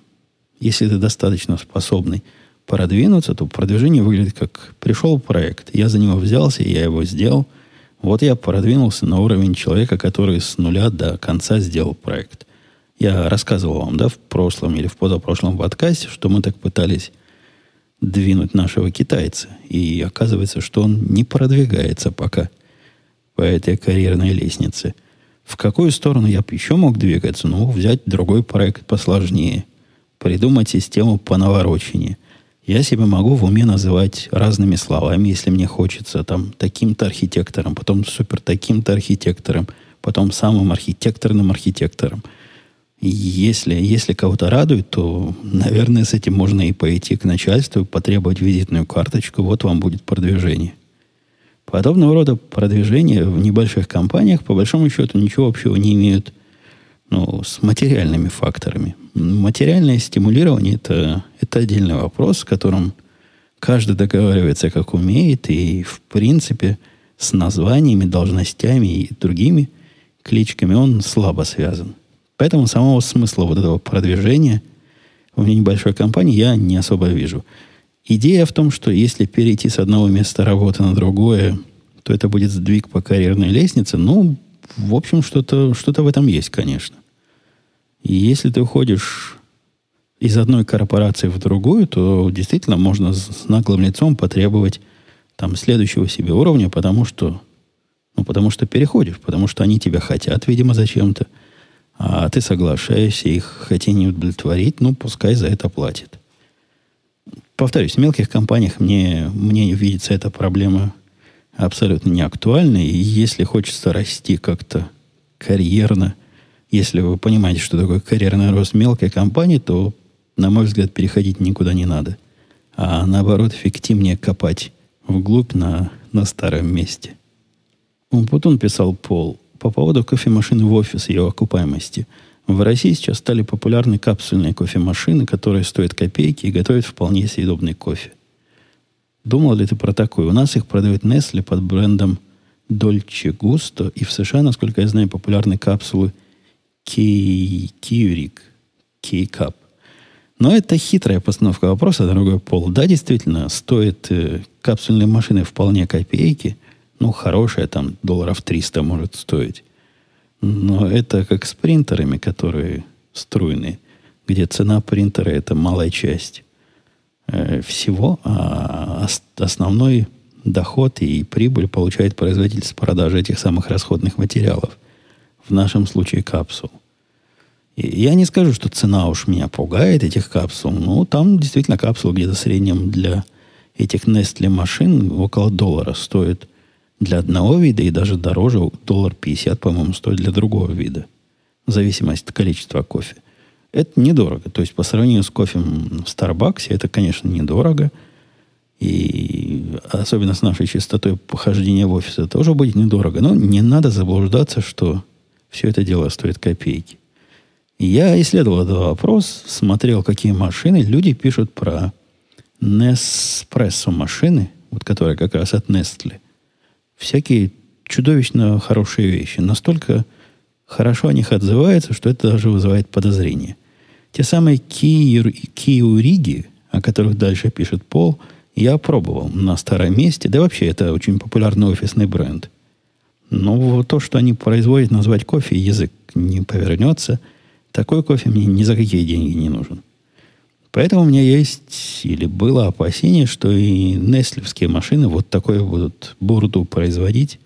достаточно способный продвинуться, то продвижение выглядит как пришел проект, я за него взялся, я его сделал. Вот я продвинулся на уровень человека, который с нуля до конца сделал проект. Я рассказывал вам, в прошлом или в позапрошлом подкасте, что мы так пытались двинуть нашего китайца. И оказывается, что он не продвигается пока по этой карьерной лестнице. В какую сторону я бы еще мог двигаться? Взять другой проект посложнее. Придумать систему понавороченнее. Я себя могу в уме называть разными словами, если мне хочется, таким-то архитектором, потом супер таким-то архитектором, потом самым архитекторным архитектором. И если кого-то радует, то, наверное, с этим можно и пойти к начальству, потребовать визитную карточку, вот вам будет продвижение. Подобного рода продвижения в небольших компаниях, по большому счету, ничего общего не имеют с материальными факторами. Материальное стимулирование это отдельный вопрос, с которым каждый договаривается, как умеет, и, в принципе, с названиями, должностями и другими кличками он слабо связан. Поэтому самого смысла вот этого продвижения в небольшой компании я не особо вижу. Идея в том, что если перейти с одного места работы на другое, то это будет сдвиг по карьерной лестнице. В общем, что-то в этом есть, конечно. И если ты уходишь из одной корпорации в другую, то действительно можно с наглым лицом потребовать следующего себе уровня, потому что переходишь, потому что они тебя хотят, видимо, зачем-то, а ты соглашаешься их хотение удовлетворить, пускай за это платят. Повторюсь, в мелких компаниях мне видится эта проблема абсолютно не актуальной, и если хочется расти как-то карьерно, если вы понимаете, что такое карьерный рост мелкой компании, то, на мой взгляд, переходить никуда не надо. А наоборот, эффективнее копать вглубь на старом месте. Путун писал Пол по поводу кофемашины в офис и ее окупаемости. В России сейчас стали популярны капсульные кофемашины, которые стоят копейки и готовят вполне съедобный кофе. Думал ли ты про такое? У нас их продают Nestle под брендом Dolce Gusto, и в США, насколько я знаю, популярны капсулы Keurig, K-Cup. Но это хитрая постановка вопроса, дорогой Пол. Да, действительно, стоят капсульные машины вполне копейки. Хорошая, $300 может стоить. Но это как с принтерами, которые струйные, где цена принтера – это малая часть всего, а основной доход и прибыль получает производитель с продажи этих самых расходных материалов. В нашем случае капсул. И я не скажу, что цена уж меня пугает, этих капсул. Там действительно капсул где-то в среднем для этих Nestle машин около $1 стоит для одного вида, и даже дороже, $1.50, по-моему, стоит для другого вида. В зависимости от количества кофе. Это недорого. То есть, по сравнению с кофе в Старбаксе, это, конечно, недорого. И особенно с нашей частотой похождения в офис, это тоже будет недорого. Но не надо заблуждаться, что все это дело стоит копейки. И я исследовал этот вопрос, смотрел, какие машины. Люди пишут про Nespresso машины, которые как раз от Nestle. Всякие чудовищно хорошие вещи. Настолько хорошо о них отзываются, что это даже вызывает подозрение. Те самые Keurig, о которых дальше пишет Пол, я пробовал на старом месте. Да вообще, это очень популярный офисный бренд. Но то, что они производят, назвать кофе, язык не повернется. Такой кофе мне ни за какие деньги не нужен. Поэтому у меня есть или было опасение, что и неслевские машины вот такое будут бурду производить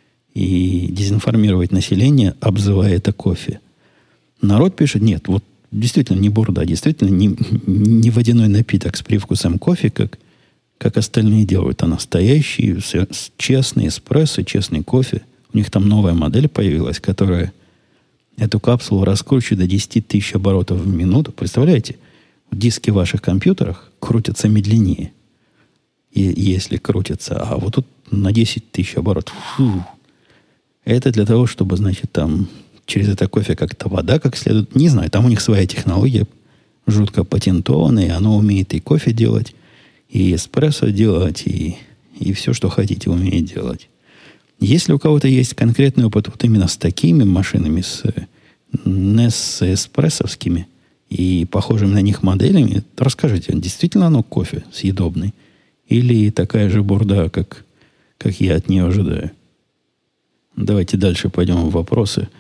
и дезинформировать население, обзывая это кофе. Народ пишет, нет, действительно не бурда, действительно не водяной напиток с привкусом кофе, как как остальные делают, а настоящий, честный эспрессо, честный кофе. У них там новая модель появилась, которая эту капсулу раскручивает до 10 тысяч оборотов в минуту. Представляете? Диски в ваших компьютерах крутятся медленнее, если крутятся. А вот тут на 10 тысяч оборотов. Фу. Это для того, чтобы, значит, там через это кофе как-то вода как следует. Не знаю, там у них своя технология, жутко патентованная, и оно умеет и кофе делать, и эспрессо делать, и все, что хотите, умеет делать. Если у кого-то есть конкретный опыт вот именно с такими машинами, не с эспрессовскими и похожими на них моделями, то расскажите, действительно оно кофе съедобный? Или такая же бурда, как я от нее ожидаю? Давайте дальше пойдем в вопросы.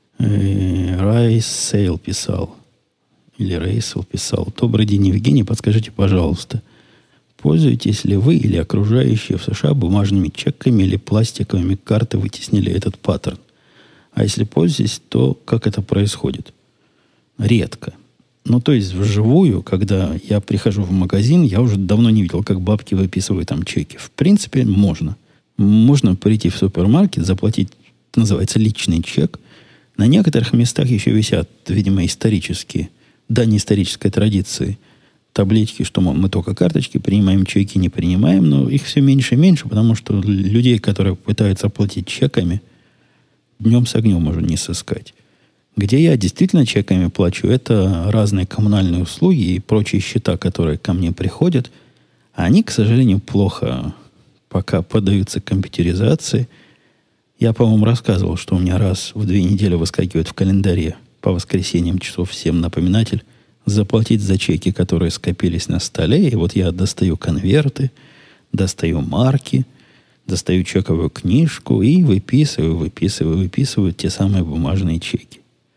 Райсейл писал. Или Рейсел писал. Добрый день, Евгений. Подскажите, пожалуйста, пользуетесь ли вы или окружающие в США бумажными чеками или пластиковыми карты вытеснили этот паттерн? А если пользуетесь, то как это происходит? Редко. Ну, то есть, вживую, когда я прихожу в магазин, я уже давно не видел, как бабки выписывают там чеки. В принципе, можно. Можно прийти в супермаркет, заплатить, называется, личный чек. На некоторых местах еще висят, видимо, исторические, дань исторической традиции, таблички, что мы только карточки принимаем, чеки не принимаем, но их все меньше и меньше, потому что людей, которые пытаются платить чеками, днем с огнем можно не сыскать. Где я действительно чеками плачу, это разные коммунальные услуги и прочие счета, которые ко мне приходят. Они, к сожалению, плохо пока поддаются компьютеризации. Я, по-моему, рассказывал, что у меня раз в 2 недели выскакивает в календаре по воскресеньям часов в 7 напоминатель заплатить за чеки, которые скопились на столе. И вот я достаю конверты, достаю марки, достаю чековую книжку и выписываю те самые бумажные чеки.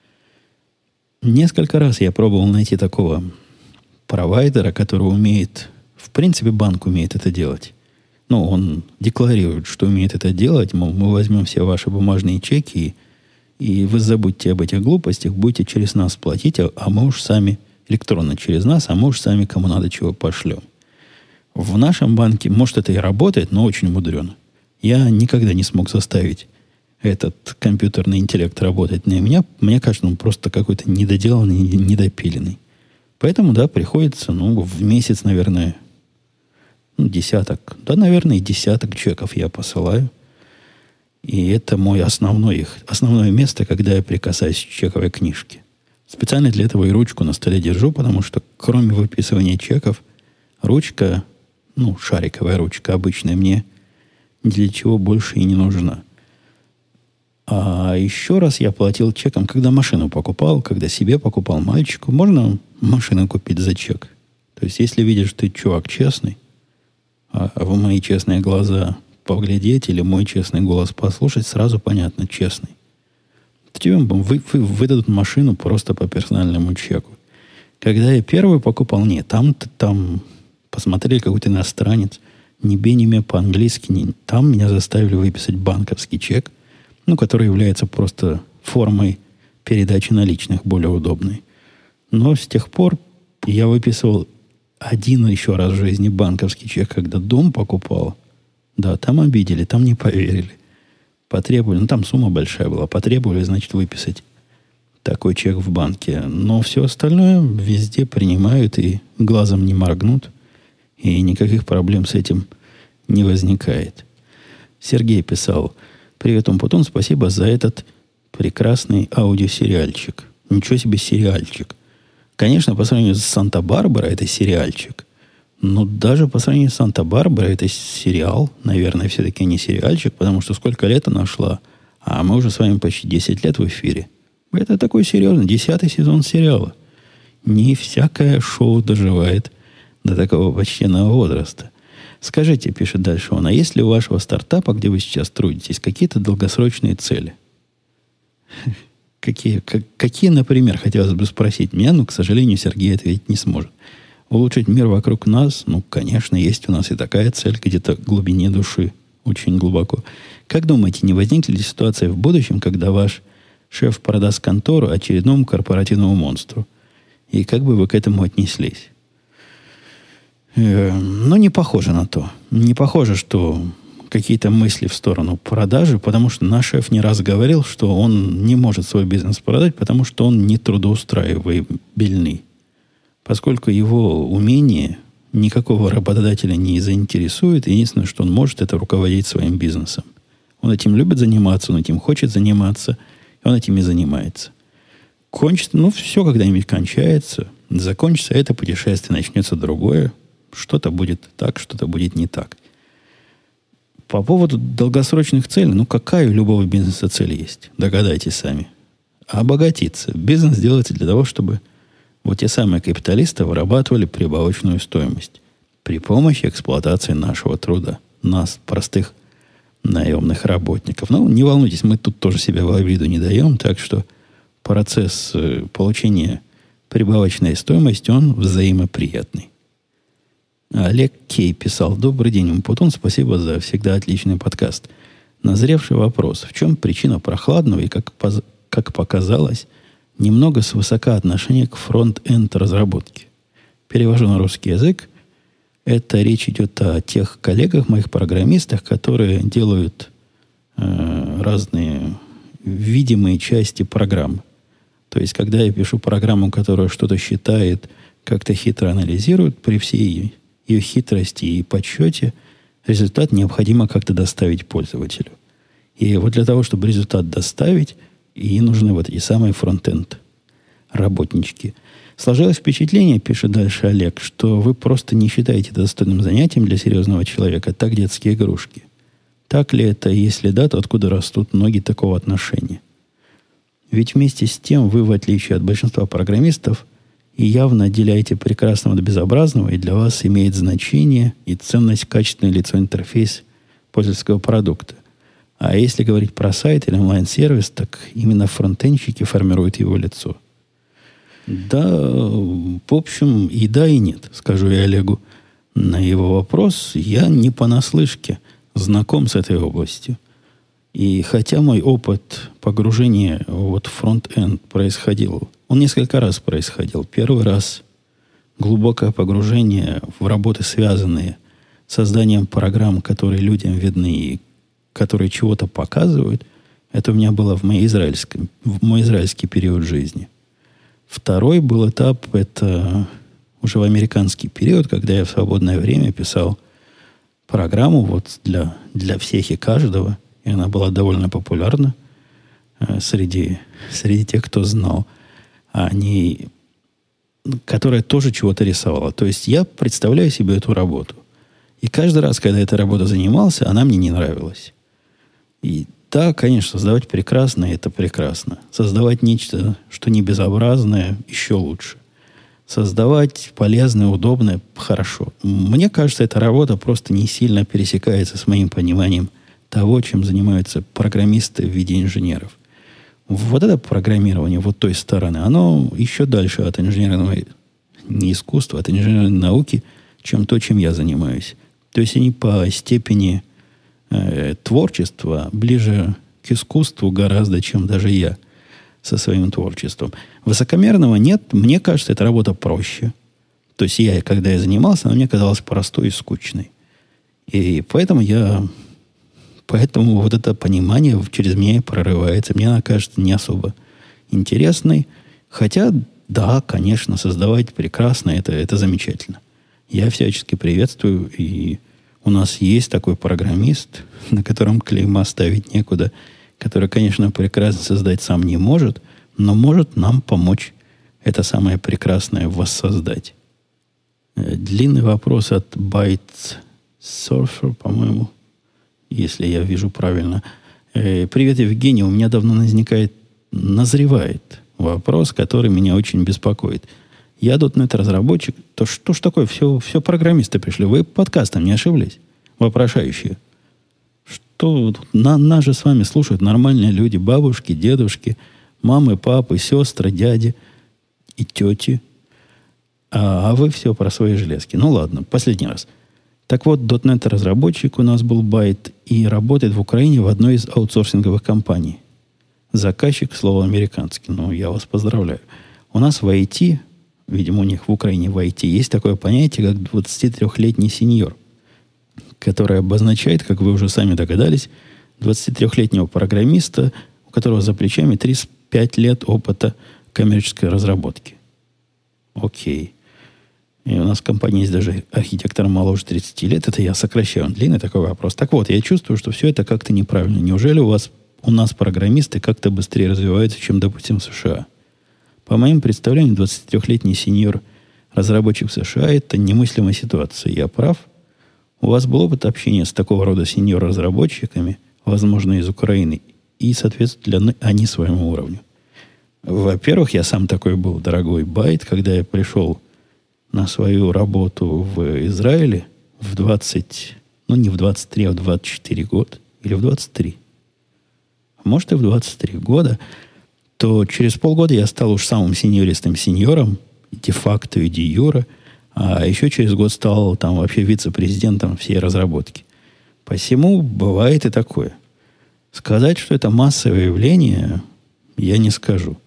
Несколько раз я пробовал найти такого провайдера, который умеет, в принципе, банк умеет это делать. Ну, он декларирует, что умеет это делать. Мол, мы возьмем все ваши бумажные чеки, и вы забудьте об этих глупостях, будете через нас платить, а мы уж сами, электронно через нас, а мы уж сами кому надо чего пошлем. В нашем банке, может, это и работает, но очень мудрено. Я никогда не смог заставить этот компьютерный интеллект работать на меня. Мне кажется, он просто какой-то недоделанный, недопиленный. Поэтому, да, приходится, в месяц, наверное, десяток. Да, наверное, и десяток чеков я посылаю. И это мой основное место, когда я прикасаюсь к чековой книжке. Специально для этого и ручку на столе держу, потому что кроме выписывания чеков, ручка, шариковая ручка обычная, мне ни для чего больше и не нужна. А еще раз я платил чеком, когда машину покупал, когда себе покупал мальчику. Можно машину купить за чек? То есть, если видишь, ты чувак честный, а в мои честные глаза поглядеть или мой честный голос послушать, сразу понятно, честный. Тебе выдадут машину просто по персональному чеку. Когда я первую покупал, нет, там посмотрели какой-то иностранец, ни бе, ни ме по-английски, там меня заставили выписать банковский чек, который является просто формой передачи наличных, более удобной. Но с тех пор я выписывал один еще раз в жизни банковский чек, когда дом покупал. Да, там обидели, там не поверили. Потребовали, там сумма большая была, потребовали, значит, выписать такой чек в банке. Но все остальное везде принимают и глазом не моргнут. И никаких проблем с этим не возникает. Сергей писал: «Привет, Умпутун, спасибо за этот прекрасный аудиосериальчик». Ничего себе сериальчик. Конечно, по сравнению с «Санта-Барбара» это сериальчик. Но даже по сравнению с «Санта-Барбарой» это сериал. Наверное, все-таки не сериальчик, потому что сколько лет она шла, а мы уже с вами почти 10 лет в эфире. Это такой серьезный 10-й сезон сериала. Не всякое шоу доживает до такого почтенного возраста. Скажите, пишет дальше он, а есть ли у вашего стартапа, где вы сейчас трудитесь, какие-то долгосрочные цели? Какие, например, хотелось бы спросить меня, но, к сожалению, Сергей ответить не сможет. Улучшить мир вокруг нас, конечно, есть у нас и такая цель где-то в глубине души, очень глубоко. Как думаете, не возникнет ли ситуация в будущем, когда ваш шеф продаст контору очередному корпоративному монстру? И как бы вы к этому отнеслись? Но не похоже на то. Не похоже, что какие-то мысли в сторону продажи, потому что наш шеф не раз говорил, что он не может свой бизнес продать, потому что он не трудоустраиваемый. Поскольку его умение никакого работодателя не заинтересует, единственное, что он может, это руководить своим бизнесом. Он этим любит заниматься, он этим хочет заниматься, и он этим и занимается. Кончится, все когда-нибудь кончается, закончится это путешествие, начнется другое, что-то будет так, что-то будет не так. По поводу долгосрочных целей, какая у любого бизнеса цель есть? Догадайтесь сами. Обогатиться. Бизнес делается для того, чтобы вот те самые капиталисты вырабатывали прибавочную стоимость при помощи эксплуатации нашего труда, нас, простых наемных работников. Не волнуйтесь, мы тут тоже себя в обиду не даем, так что процесс получения прибавочной стоимости, он взаимоприятный. Олег Кей писал: «Добрый день, Умпутун, спасибо за всегда отличный подкаст. Назревший вопрос. В чем причина прохладного и, как показалось, немного свысока отношения к фронт-энд разработке?» Перевожу на русский язык. Это речь идет о тех коллегах, моих программистах, которые делают разные видимые части программы. То есть, когда я пишу программу, которая что-то считает, как-то хитро анализирует, при всей ее хитрости и подсчете, результат необходимо как-то доставить пользователю. И вот для того, чтобы результат доставить, и нужны вот эти самые фронт-энд работнички. Сложилось впечатление, пишет дальше Олег, что вы просто не считаете это достойным занятием для серьезного человека, так детские игрушки. Так ли это? Если да, то откуда растут ноги такого отношения? Ведь вместе с тем вы, в отличие от большинства программистов, и явно отделяете прекрасного от безобразного, и для вас имеет значение и ценность качественное лицо-интерфейс пользовательского продукта. А если говорить про сайт или онлайн-сервис, так именно фронтенщики формируют его лицо. Да, в общем, и да, и нет, скажу я Олегу. На его вопрос я не понаслышке знаком с этой областью. И хотя мой опыт погружения в фронт-энд происходил, он несколько раз происходил. Первый раз глубокое погружение в работы, связанные с созданием программ, которые людям видны и которые чего-то показывают, это у меня было в мой израильский период жизни. Второй был этап, это уже в американский период, когда я в свободное время писал программу для всех и каждого, и она была довольно популярна среди тех, кто знал о ней, которая тоже чего-то рисовала. То есть я представляю себе эту работу. И каждый раз, когда эта работа занимался, она мне не нравилась. И да, конечно, создавать прекрасно, это прекрасно. Создавать нечто, что не безобразное, еще лучше. Создавать полезное, удобное, хорошо. Мне кажется, эта работа просто не сильно пересекается с моим пониманием того, чем занимаются программисты в виде инженеров. Вот это программирование вот той стороны, оно еще дальше от инженерного, не искусства, от инженерной науки, чем то, чем я занимаюсь. То есть они по степени творчества ближе к искусству гораздо, чем даже я со своим творчеством. Высокомерного нет. Мне кажется, эта работа проще. То есть когда я занимался, она мне казалась простой и скучной. И поэтому вот это понимание через меня и прорывается. Мне она кажется не особо интересной. Хотя, да, конечно, создавать прекрасно, это замечательно. Я всячески приветствую, и у нас есть такой программист, на котором клейма ставить некуда, который, конечно, прекрасно создать сам не может, но может нам помочь это самое прекрасное воссоздать. Длинный вопрос от Byte Surfer, по-моему, если я вижу правильно. Привет, Евгений. У меня давно назревает вопрос, который меня очень беспокоит. Я .NET-разработчик. То что ж такое? Все программисты пришли. Вы подкастом не ошиблись? Вопрошающие. Что нас же с вами слушают нормальные люди. Бабушки, дедушки, мамы, папы, сестры, дяди и тети. А вы все про свои железки. Ну ладно, последний раз. Так вот, .NET-разработчик у нас был Byte и работает в Украине в одной из аутсорсинговых компаний. Заказчик, слово американский. Ну, я вас поздравляю. У нас в IT видимо, у них в Украине в IT есть такое понятие, как 23-летний сеньор, которое обозначает, как вы уже сами догадались, 23-летнего программиста, у которого за плечами 35 лет опыта коммерческой разработки. Окей. И у нас в компании есть даже архитектор моложе 30 лет. Это я сокращаю. Он длинный такой вопрос. Так вот, я чувствую, что все это как-то неправильно. Неужели у нас программисты как-то быстрее развиваются, чем, допустим, в США? По моим представлениям, 23-летний сеньор разработчик в США – это немыслимая ситуация. Я прав? У вас был опыт общения с такого рода сеньор-разработчиками, возможно, из Украины, и, соответственно, они своему уровню. Во-первых, я сам такой был, дорогой байт, когда я пришел на свою работу в Израиле в 20, не в 23, а в 24 года, или в 23, может и в 23 года, то через полгода я стал уж самым сеньором, де-факто и де-юре, а еще через год стал там вообще вице-президентом всей разработки. Посему бывает и такое. Сказать, что это массовое явление, я не скажу.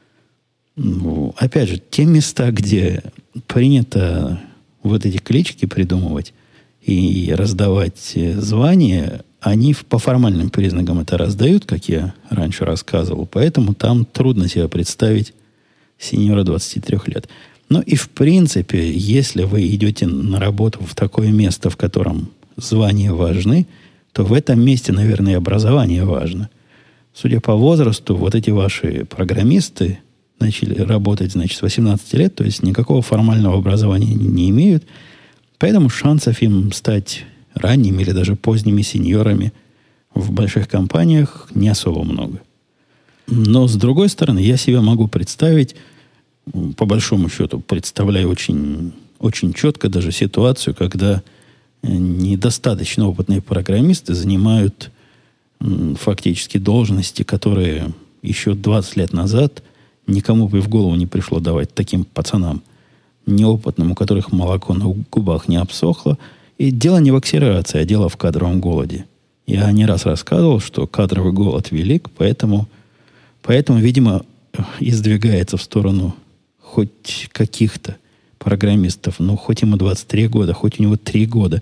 Опять же, те места, где принято вот эти клички придумывать и раздавать звания, они по формальным признакам это раздают, как я раньше рассказывал. Поэтому там трудно себе представить сеньора 23 лет. Но и в принципе, если вы идете на работу в такое место, в котором звания важны, то в этом месте, наверное, и образование важно. Судя по возрасту, вот эти ваши программисты начали работать, значит, с 18 лет, то есть никакого формального образования не имеют. Поэтому шансов им стать ранними или даже поздними сеньорами в больших компаниях не особо много. Но, с другой стороны, я себе могу представить, по большому счету, представляю очень, очень четко даже ситуацию, когда недостаточно опытные программисты занимают фактически должности, которые еще 20 лет назад никому бы в голову не пришло давать таким пацанам неопытным, у которых молоко на губах не обсохло. И дело не в акселерации, а дело в кадровом голоде. Я не раз рассказывал, что кадровый голод велик, поэтому, видимо, издвигается в сторону хоть каких-то программистов, хоть ему 23 года, хоть у него 3 года.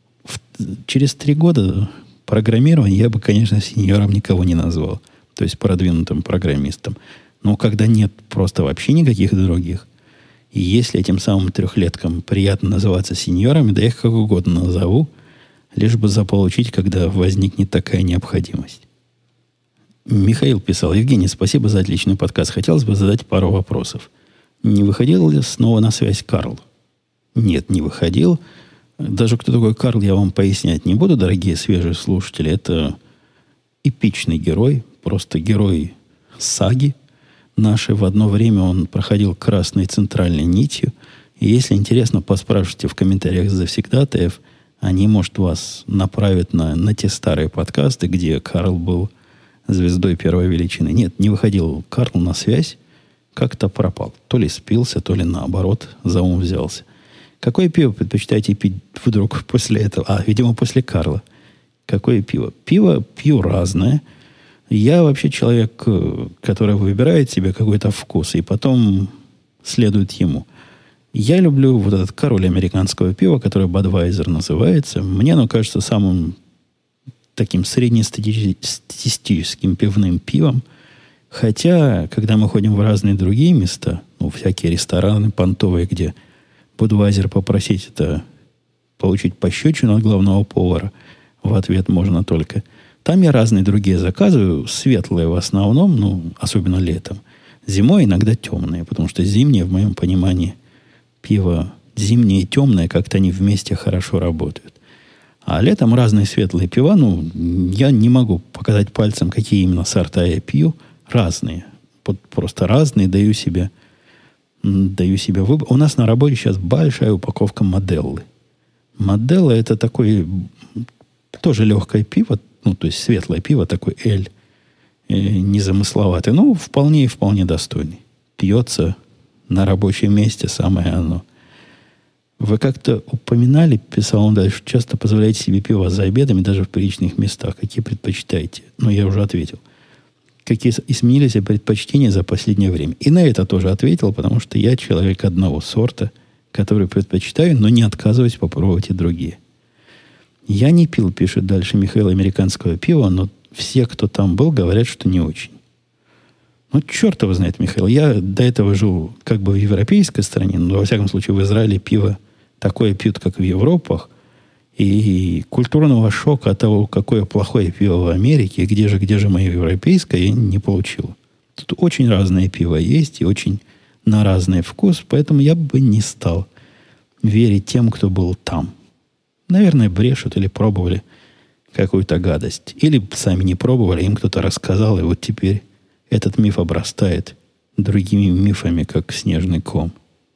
Через 3 года программирования я бы, конечно, сеньором никого не назвал, то есть продвинутым программистом. Но когда нет просто вообще никаких других, и если этим самым трехлеткам приятно называться сеньорами, да я их как угодно назову, лишь бы заполучить, когда возникнет такая необходимость. Михаил писал: Евгений, спасибо за отличный подкаст. Хотелось бы задать пару вопросов. Не выходил ли снова на связь Карл? Нет, не выходил. Даже кто такой Карл, я вам пояснять не буду, дорогие свежие слушатели. Это эпичный герой, просто герой саги нашей. В одно время он проходил красной центральной нитью. И если интересно, поспрашивайте в комментариях завсегдатаев. Они, может, вас направят на те старые подкасты, где Карл был звездой первой величины. Нет, не выходил Карл на связь. Как-то пропал. То ли спился, то ли наоборот за ум взялся. Какое пиво предпочитаете пить вдруг после этого? Видимо, после Карла. Какое пиво? Пиво пью разное. Я вообще человек, который выбирает себе какой-то вкус и потом следует ему. Я люблю вот этот король американского пива, который Budweiser называется. Мне оно кажется самым таким среднестатистическим пивным пивом. Хотя, когда мы ходим в разные другие места, всякие рестораны понтовые, где Budweiser попросить это получить пощечину от главного повара, в ответ можно только. Там я разные другие заказываю, светлые в основном, особенно летом. Зимой иногда темные, потому что зимние, в моем понимании, пиво зимнее и темное, как-то они вместе хорошо работают. А летом разные светлые пива, я не могу показать пальцем, какие именно сорта я пью. Разные. Просто разные, даю себе выбор. У нас на работе сейчас большая упаковка Моделлы. Моделла — это такой тоже легкое пиво, то есть светлое пиво, такой эль, незамысловатый, вполне достойный. Пьется на рабочем месте, самое оно. Вы как-то упоминали, писал он дальше, часто позволяете себе пиво за обедами, даже в приличных местах. Какие предпочитаете? Я уже ответил. какие изменились предпочтения за последнее время. И на это тоже ответил, потому что я человек одного сорта, который предпочитаю, но не отказываюсь попробовать и другие. Я не пил, пишет дальше Михаил, американского пива, но все, кто там был, говорят, что не очень. Ну, черт его знает, Михаил. Я до этого жил как бы в европейской стране, но, во всяком случае, в Израиле пиво такое пьют, как в Европах. И культурного шока от того, какое плохое пиво в Америке, где же мое европейское, я не получил. Тут очень разное пиво есть и очень на разный вкус, поэтому я бы не стал верить тем, кто был там. Наверное, брешут или пробовали какую-то гадость. Или сами не пробовали, им кто-то рассказал, и вот теперь этот миф обрастает другими мифами, как снежный ком.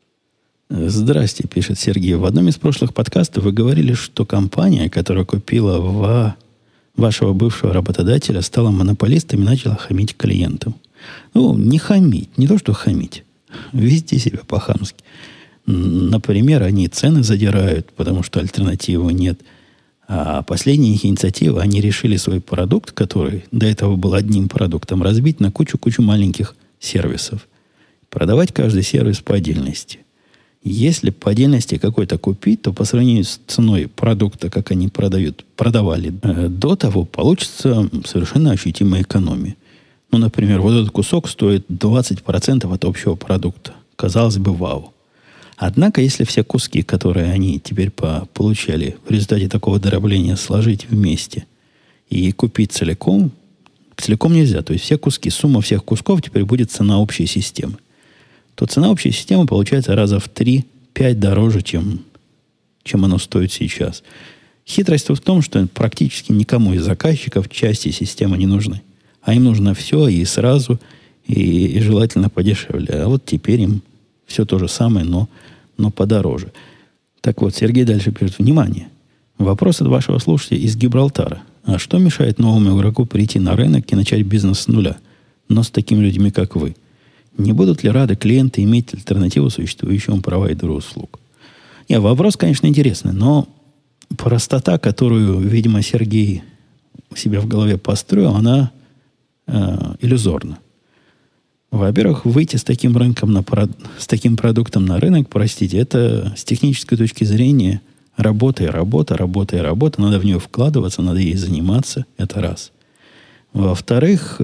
Здрасте, пишет Сергей. В одном из прошлых подкастов вы говорили, что компания, которая купила вашего бывшего работодателя, стала монополистом и начала хамить клиентам. Ну, не хамить, не то, что хамить. Вести себя по-хамски. Например, они цены задирают, потому что альтернативы нет. А последняя их инициатива, они решили свой продукт, который до этого был одним продуктом, разбить на кучу-кучу маленьких сервисов. Продавать каждый сервис по отдельности. Если по отдельности какой-то купить, то по сравнению с ценой продукта, как они продавали до того, получится совершенно ощутимая экономия. Ну, например, вот этот кусок стоит 20% от общего продукта. Казалось бы, вау. Однако, если все куски, которые они теперь получали в результате такого дробления, сложить вместе и купить целиком нельзя. То есть все куски, сумма всех кусков теперь будет цена общей системы. То цена общей системы получается раза в 3-5 дороже, чем оно стоит сейчас. Хитрость в том, что практически никому из заказчиков части системы не нужны. А им нужно все и сразу, и желательно подешевле. А вот теперь им все то же самое, но подороже. Так вот, Сергей дальше пишет. Внимание! Вопрос от вашего слушателя из Гибралтара. А что мешает новому игроку прийти на рынок и начать бизнес с нуля, но с такими людьми, как вы? Не будут ли рады клиенты иметь альтернативу существующему провайдеру услуг? Нет, вопрос, конечно, интересный, но простота, которую, видимо, Сергей у себя в голове построил, она иллюзорна. Во-первых, выйти с таким продуктом на рынок, это с технической точки зрения работа. Надо в нее вкладываться, надо ей заниматься. Это раз. Во-вторых,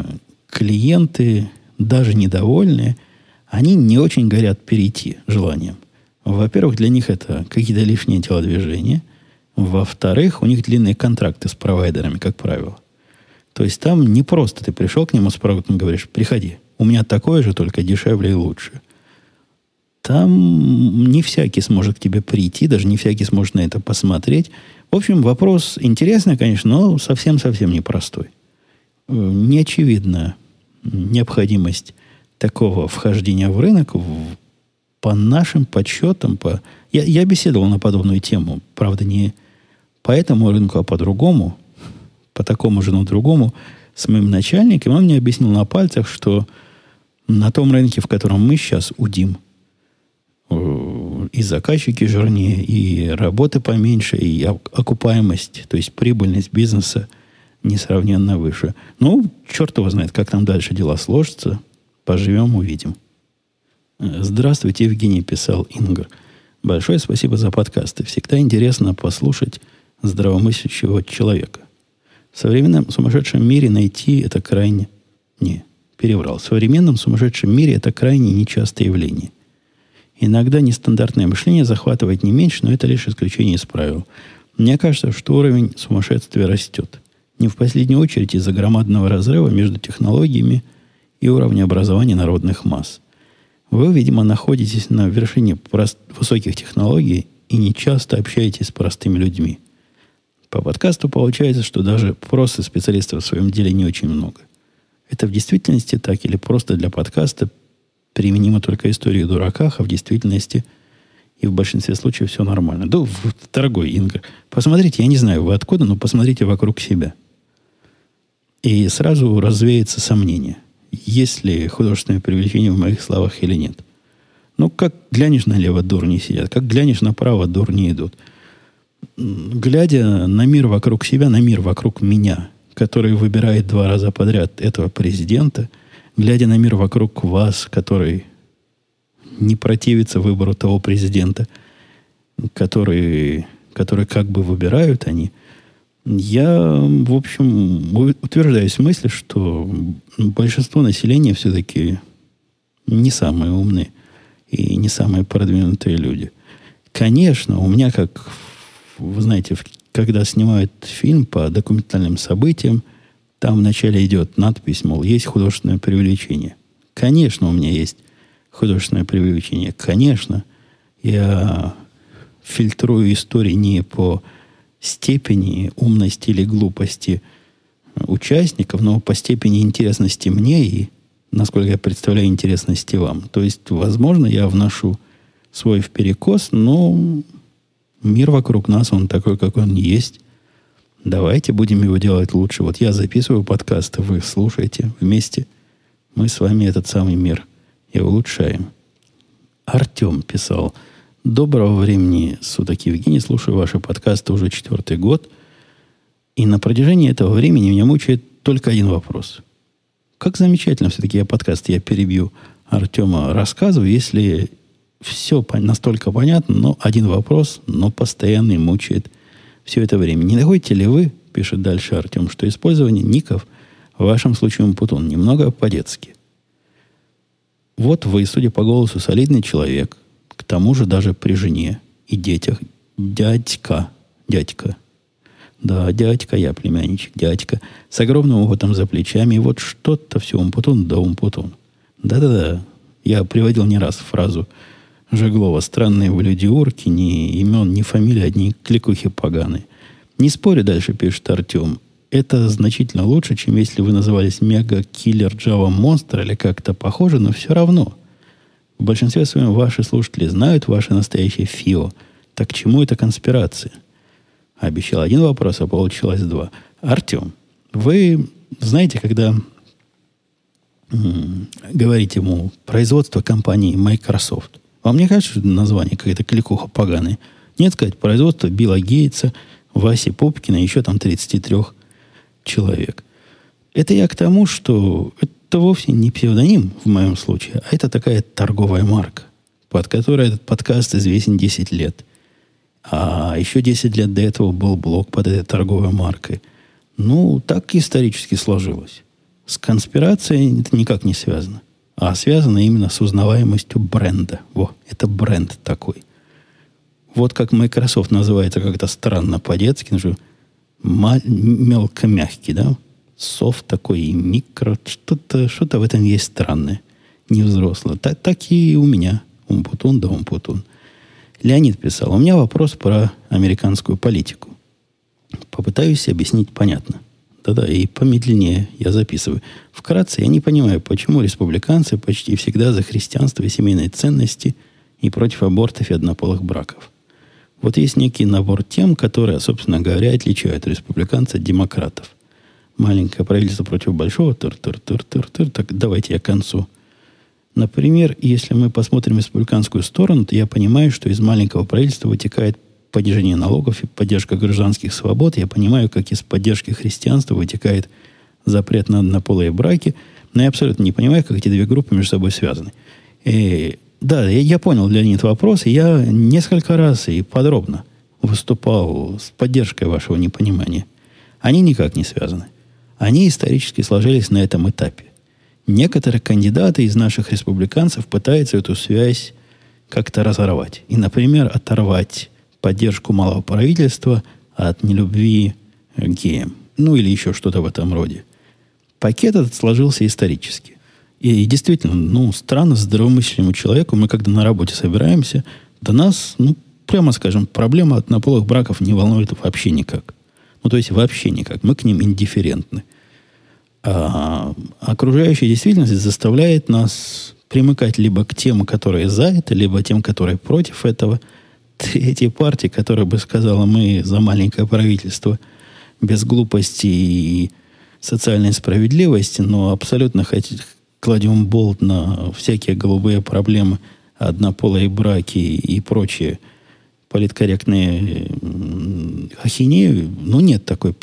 клиенты, даже недовольные, они не очень горят перейти желанием. Во-первых, для них это какие-то лишние телодвижения. Во-вторых, у них длинные контракты с провайдерами, как правило. То есть там не просто ты пришел к нему с продуктом и говоришь, приходи, у меня такое же, только дешевле и лучше. Там не всякий сможет к тебе прийти, даже не всякий сможет на это посмотреть. В общем, вопрос интересный, конечно, но совсем-совсем непростой. Неочевидна необходимость такого вхождения в рынок по нашим подсчетам. Я беседовал на подобную тему, правда, не по этому рынку, а по другому, по такому же, но другому, с моим начальником. Он мне объяснил на пальцах, что на том рынке, в котором мы сейчас удим, и заказчики жирнее, и работы поменьше, и окупаемость, то есть прибыльность бизнеса несравненно выше. Ну, черт его знает, как там дальше дела сложатся. Поживем, увидим. Здравствуйте, Евгений, писал Ингр. Большое спасибо за подкасты. Всегда интересно послушать здравомыслящего человека. В современном сумасшедшем мире найти это крайне... В современном сумасшедшем мире это крайне нечастое явление. Иногда нестандартное мышление захватывает не меньше, но это лишь исключение из правил. Мне кажется, что уровень сумасшествия растет. Не в последнюю очередь из-за громадного разрыва между технологиями и уровнем образования народных масс. Вы, видимо, находитесь на вершине высоких технологий и не часто общаетесь с простыми людьми. По подкасту получается, что даже просто специалистов в своем деле не очень много. Это в действительности так или просто для подкаста применимо только история о дураках, а в действительности и в большинстве случаев все нормально. Да, дорогой Ингр, посмотрите, я не знаю, вы откуда, но посмотрите вокруг себя. И сразу развеется сомнение, есть ли художественное привлечение в моих словах или нет. Ну, как глянешь налево, дурни сидят, как глянешь направо, дурни идут. Глядя на мир вокруг себя, на мир вокруг меня, который выбирает 2 раза подряд этого президента, глядя на мир вокруг вас, который не противится выбору того президента, который как бы выбирают они, я, в общем, утверждаюсь в мысли, что большинство населения все-таки не самые умные и не самые продвинутые люди. Конечно, у меня, как вы знаете, когда снимают фильм по документальным событиям, там вначале идет надпись, мол, есть художественное преувеличение. Конечно, у меня есть художественное преувеличение. Конечно, я фильтрую истории не по степени умности или глупости участников, но по степени интересности мне и, насколько я представляю, интересности вам. То есть, возможно, я вношу свой вперекос, но мир вокруг нас, он такой, как он есть. Давайте будем его делать лучше. Вот я записываю подкасты, вы слушаете вместе. Мы с вами этот самый мир и улучшаем. Артем писал: доброго времени суток, Евгений. Слушаю ваши подкасты уже 4-й год. И на протяжении этого времени меня мучает только один вопрос. Как замечательно все-таки я перебью Артема, рассказываю, если все настолько понятно, но один вопрос, но постоянный мучает все это время. Не находите ли вы, пишет дальше Артем, что использование ников, в вашем случае Умпутун, немного по-детски? Вот вы, судя по голосу, солидный человек, к тому же даже при жене и детях. Дядька. Да, дядька, я племянничек, дядька. С огромным опытом за плечами. И вот что-то все Умпутун да Умпутун. Да-да-да. Я приводил не раз фразу Жеглова: странные вы люди урки, ни имен, ни фамилии, одни кликухи поганые. Не спорю, дальше пишет Артем. Это значительно лучше, чем если вы назывались Мега-Киллер Java Monster или как-то похоже, но все равно. В большинстве своем ваши слушатели знают ваше настоящее ФИО. Так к чему эта конспирация? Обещал один вопрос, а получилось 2. Артем, вы знаете, когда говорите ему производство компании Microsoft, вам не кажется, что название какая-то кликуха поганая? Нет, сказать, производство Билла Гейтса, Васи Попкина, еще там 33 человек. Это я к тому, что это вовсе не псевдоним в моем случае, а это такая торговая марка, под которой этот подкаст известен 10 лет. А еще 10 лет до этого был блог под этой торговой маркой. Ну, так исторически сложилось. С конспирацией это никак не связано. А связано именно с узнаваемостью бренда. Это бренд такой. Вот как Microsoft называется как-то странно по-детски, мелко мягкий, да? Софт такой и микро. Что-то в этом есть странное. Невзрослое. Так и у меня. Умпутун да Умпутун. Леонид писал: у меня вопрос про американскую политику. Попытаюсь объяснить понятно. Да-да, и помедленнее я записываю. Вкратце, я не понимаю, почему республиканцы почти всегда за христианство и семейные ценности и против абортов и однополых браков. Вот есть некий набор тем, которые, собственно говоря, отличают республиканцев от демократов. Маленькое правительство против большого, так давайте я к концу. Например, если мы посмотрим республиканскую сторону, то я понимаю, что из маленького правительства вытекает понижение налогов и поддержка гражданских свобод. Я понимаю, как из поддержки христианства вытекает запрет на однополые браки. Но я абсолютно не понимаю, как эти две группы между собой связаны. Да, я понял, Леонид, вопрос. И я несколько раз и подробно выступал с поддержкой вашего непонимания. Они никак не связаны. Они исторически сложились на этом этапе. Некоторые кандидаты из наших республиканцев пытаются эту связь как-то разорвать. И, например, оторвать поддержку малого правительства от нелюбви к геям. Ну, или еще что-то в этом роде. Пакет этот сложился исторически. И действительно, странно здравомыслящему человеку, мы когда на работе собираемся, до нас, прямо скажем, проблема однополых браков не волнует вообще никак. То есть вообще никак. Мы к ним индифферентны. А окружающая действительность заставляет нас примыкать либо к тем, которые за это, либо тем, которые против этого. Эти партии, которые бы сказала, мы за маленькое правительство без глупости и социальной справедливости, но абсолютно кладем болт на всякие голубые проблемы, однополые браки и прочие политкорректные ахинеи. Нет такой партии.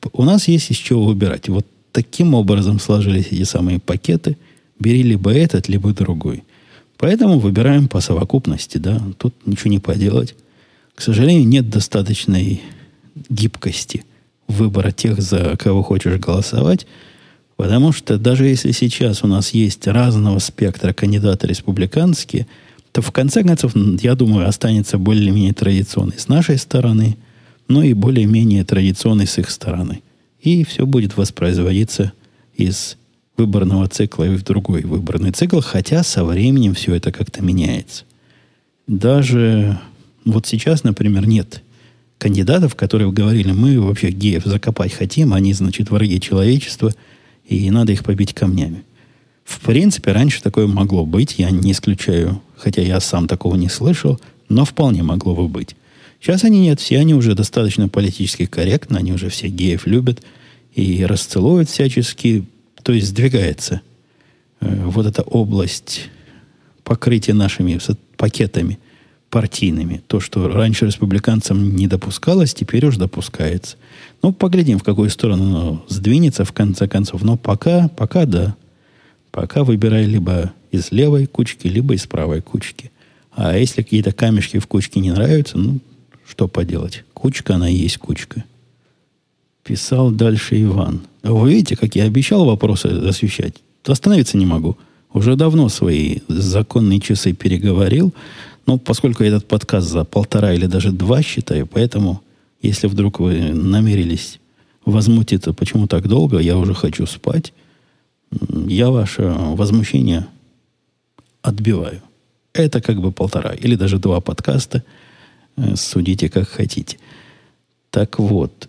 У нас есть из чего выбирать. Вот таким образом сложились эти самые пакеты. Бери либо этот, либо другой. Поэтому выбираем по совокупности, да. Тут ничего не поделать. К сожалению, нет достаточной гибкости выбора тех, за кого хочешь голосовать. Потому что даже если сейчас у нас есть разного спектра кандидаты республиканские, то в конце концов, я думаю, останется более-менее традиционный с нашей стороны, но и более-менее традиционный с их стороны. И все будет воспроизводиться из выборного цикла и в другой выборный цикл, хотя со временем все это как-то меняется. Даже вот сейчас, например, нет кандидатов, которые говорили, мы вообще геев закопать хотим, они, значит, враги человечества, и надо их побить камнями. В принципе, раньше такое могло быть, я не исключаю, хотя я сам такого не слышал, но вполне могло бы быть. Сейчас они нет, все они уже достаточно политически корректны, они уже все геев любят и расцелуют всячески, то есть сдвигается вот эта область покрытия нашими пакетами партийными. То, что раньше республиканцам не допускалось, теперь уже допускается. Ну, поглядим, в какую сторону оно сдвинется в конце концов. Но пока да. Пока выбирай либо из левой кучки, либо из правой кучки. А если какие-то камешки в кучке не нравятся, ну, что поделать? Кучка, она и есть кучка. Писал дальше Иван. Вы видите, как я обещал вопросы освещать? Остановиться не могу. Уже давно свои законные часы переговорил. Но поскольку этот подкаст за 1,5 или даже 2 считаю, поэтому, если вдруг вы намерились возмутиться, почему так долго, я уже хочу спать, я ваше возмущение отбиваю. Это как бы 1,5 или даже 2 подкаста. Судите, как хотите. Так вот.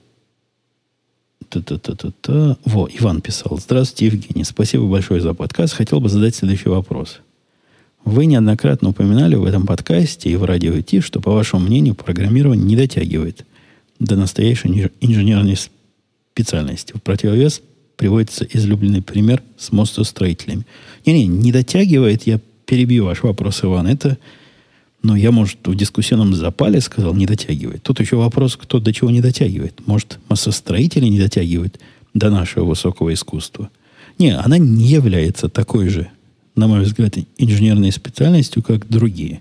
Во, Иван писал. Здравствуйте, Евгений. Спасибо большое за подкаст. Хотел бы задать следующий вопрос. Вы неоднократно упоминали в этом подкасте и в радио ИТ, что, по вашему мнению, программирование не дотягивает до настоящей инженерной специальности. В противовес приводится излюбленный пример с мостостроителями. Не дотягивает, я перебью ваш вопрос, Иван. Это, я, может, в дискуссионном запале сказал, не дотягивает. Тут еще вопрос, кто до чего не дотягивает. Может, мостостроители не дотягивают до нашего высокого искусства. Она не является такой же, на мой взгляд, инженерной специальностью, как другие.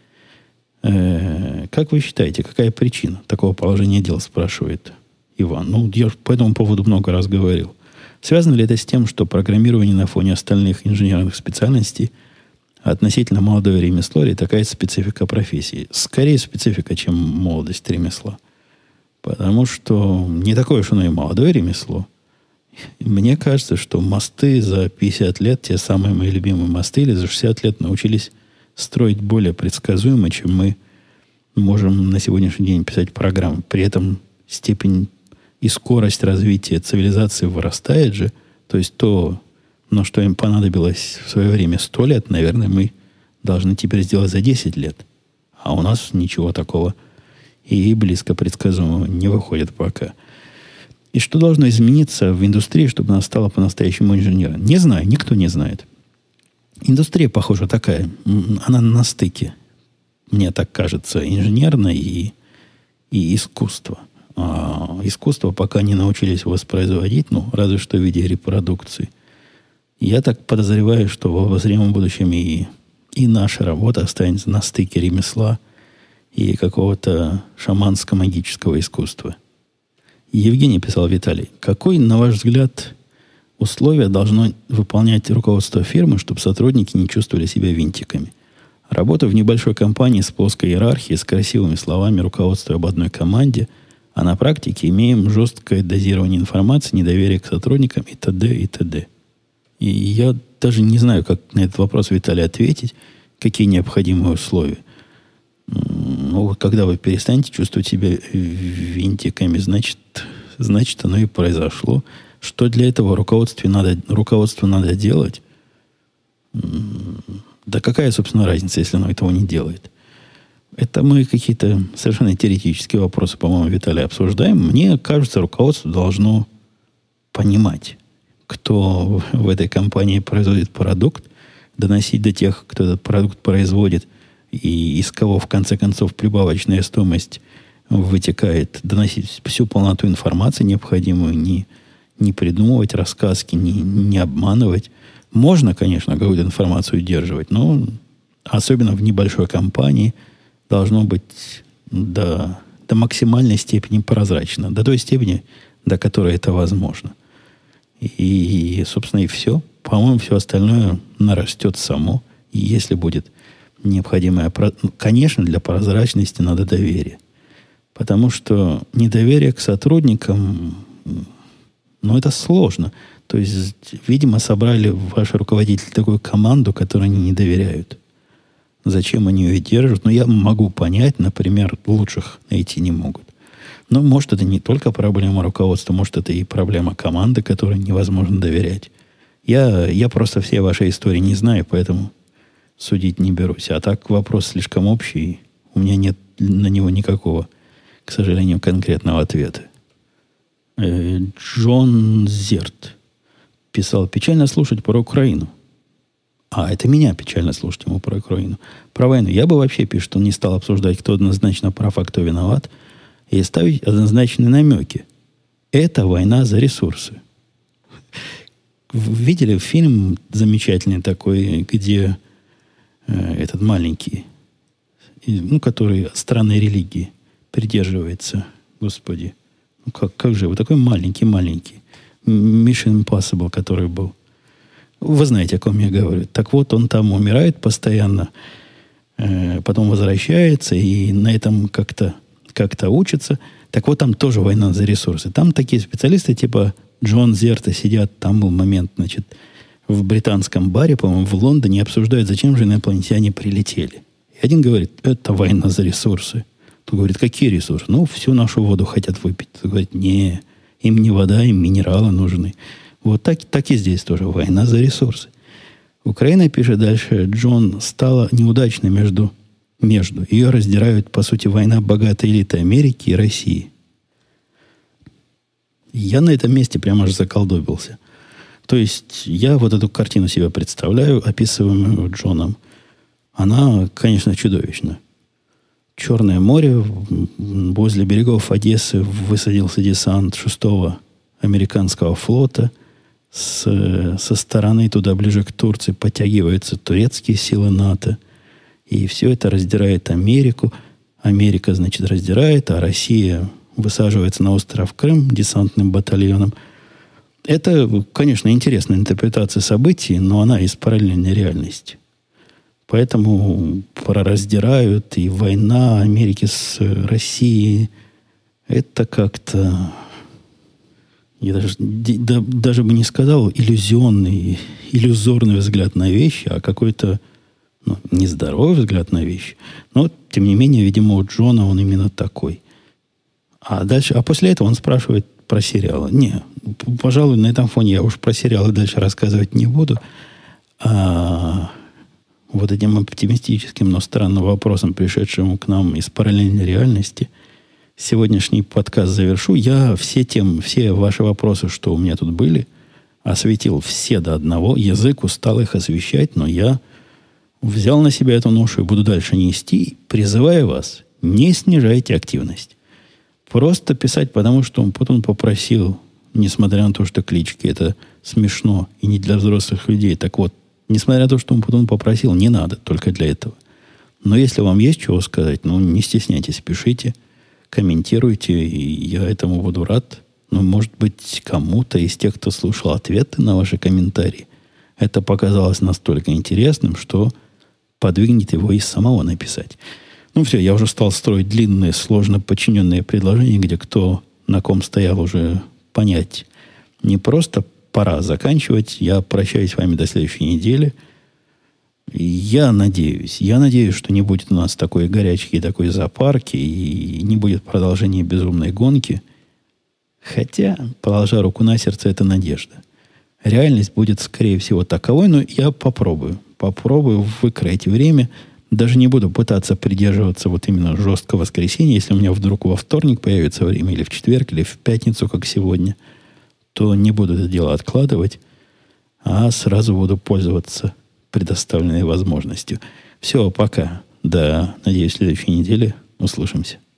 Как вы считаете, какая причина такого положения дел, спрашивает Иван. Я по этому поводу много раз говорил. Связано ли это с тем, что программирование на фоне остальных инженерных специальностей относительно молодое ремесло или такая специфика профессии? Скорее специфика, чем молодость ремесла. Потому что не такое уж оно и молодое ремесло. Мне кажется, что мосты за 50 лет, те самые мои любимые мосты, или за 60 лет научились строить более предсказуемо, чем мы можем на сегодняшний день писать программы. При этом степень и скорость развития цивилизации вырастает же. То есть то, на что им понадобилось в свое время 100 лет, наверное, мы должны теперь сделать за 10 лет. А у нас ничего такого и близко предсказуемого не выходит пока. И что должно измениться в индустрии, чтобы она стала по-настоящему инженером? Не знаю, никто не знает. Индустрия, похоже, такая. Она на стыке, мне так кажется, инженерное и искусство. А искусство пока не научились воспроизводить, разве что в виде репродукции. Я так подозреваю, что в обозримом будущем и наша работа останется на стыке ремесла и какого-то шаманско-магического искусства. Евгений писал, Виталий, какой, на ваш взгляд, условия должно выполнять руководство фирмы, чтобы сотрудники не чувствовали себя винтиками? Работа в небольшой компании с плоской иерархией, с красивыми словами руководства об одной команде, а на практике имеем жесткое дозирование информации, недоверие к сотрудникам и т.д. и т.д. И я даже не знаю, как на этот вопрос, Виталий, ответить, какие необходимые условия. Когда вы перестанете чувствовать себя винтиками, значит, оно и произошло. Что для этого руководству надо делать? Да какая, собственно, разница, если оно этого не делает? Это мы какие-то совершенно теоретические вопросы, по-моему, Виталий, обсуждаем. Мне кажется, руководство должно понимать, кто в этой компании производит продукт, доносить до тех, кто этот продукт производит, и из кого, в конце концов, прибавочная стоимость вытекает, доносить всю полноту информации необходимую, не придумывать рассказки, не обманывать. Можно, конечно, какую-то информацию удерживать, но особенно в небольшой компании должно быть до максимальной степени прозрачно, до той степени, до которой это возможно. И, собственно, и все. По-моему, все остальное нарастет само. И если будет необходимое... Конечно, для прозрачности надо доверие. Потому что недоверие к сотрудникам, это сложно. То есть, видимо, собрали ваши руководители такую команду, которой они не доверяют. Зачем они ее держат? Я могу понять, например, лучших найти не могут. Но, может, это не только проблема руководства, может, это и проблема команды, которой невозможно доверять. Я просто все ваши истории не знаю, поэтому судить не берусь. А так вопрос слишком общий, у меня нет на него никакого, к сожалению, конкретного ответа. Джон Зерт писал: печально слушать про Украину. Это меня печально слушать ему про Украину. Про войну я бы вообще, пишет, он не стал обсуждать, кто однозначно прав, а кто виноват, и ставить однозначные намеки. Это война за ресурсы. Видели фильм замечательный такой, где этот маленький, который странной религии придерживается, господи, как же его, такой маленький, Mission Impossible, который был. Вы знаете, о ком я говорю. Так вот, он там умирает постоянно, потом возвращается, и на этом как-то учится. Так вот, там тоже война за ресурсы. Там такие специалисты, типа Джон Зерта, сидят, там был момент, в британском баре, по-моему, в Лондоне, обсуждают, зачем же инопланетяне прилетели. И один говорит: это война за ресурсы. Тот говорит: какие ресурсы? Всю нашу воду хотят выпить. Тот говорит: не, им не вода, им минералы нужны. Вот так и здесь тоже война за ресурсы. Украина, пишет дальше, Джон, стала неудачной между. Ее раздирают, по сути, война богатой элиты Америки и России. Я на этом месте прямо аж заколдобился. То есть, я вот эту картину себе представляю, описываемую Джоном. Она, конечно, чудовищна. Черное море, возле берегов Одессы высадился десант 6-го американского флота. Со стороны туда, ближе к Турции, подтягиваются турецкие силы НАТО. И все это раздирает Америку. Америка, значит, раздирает, а Россия высаживается на остров Крым десантным батальоном. Это, конечно, интересная интерпретация событий, но она из параллельной реальности. Поэтому прораздирают, и война Америки с Россией, это как-то, я даже бы не сказал, иллюзорный взгляд на вещи, а какой-то нездоровый взгляд на вещи. Но, тем не менее, видимо, у Джона он именно такой. А после этого он спрашивает про сериалы. Не, пожалуй, на этом фоне я уж про сериалы дальше рассказывать не буду. А вот этим оптимистическим, но странным вопросом, пришедшим к нам из параллельной реальности, сегодняшний подкаст завершу. Я все ваши вопросы, что у меня тут были, осветил все до одного. Язык устал их освещать, но я взял на себя эту ношу и буду дальше нести, призывая вас: не снижайте активность. Просто писать, потому что он потом попросил, несмотря на то, что клички это смешно и не для взрослых людей. Так вот, несмотря на то, что он потом попросил, не надо только для этого. Но если вам есть чего сказать, не стесняйтесь, пишите, комментируйте, и я этому буду рад. Может быть, кому-то из тех, кто слушал ответы на ваши комментарии, это показалось настолько интересным, что подвигнет его и самого написать. Все, я уже стал строить длинные, сложно подчиненные предложения, где кто на ком стоял, уже понять не просто пора заканчивать. Я прощаюсь с вами до следующей недели. Я надеюсь, что не будет у нас такой горячки и такой запарки, и не будет продолжения безумной гонки. Хотя, положа руку на сердце, это надежда. Реальность будет, скорее всего, таковой, но я попробую выкроить время. Даже не буду пытаться придерживаться вот именно жесткого воскресенья. Если у меня вдруг во вторник появится время, или в четверг, или в пятницу, как сегодня, то не буду это дело откладывать, а сразу буду пользоваться предоставленной возможностью. Все, пока. Надеюсь, в следующей неделе услышимся.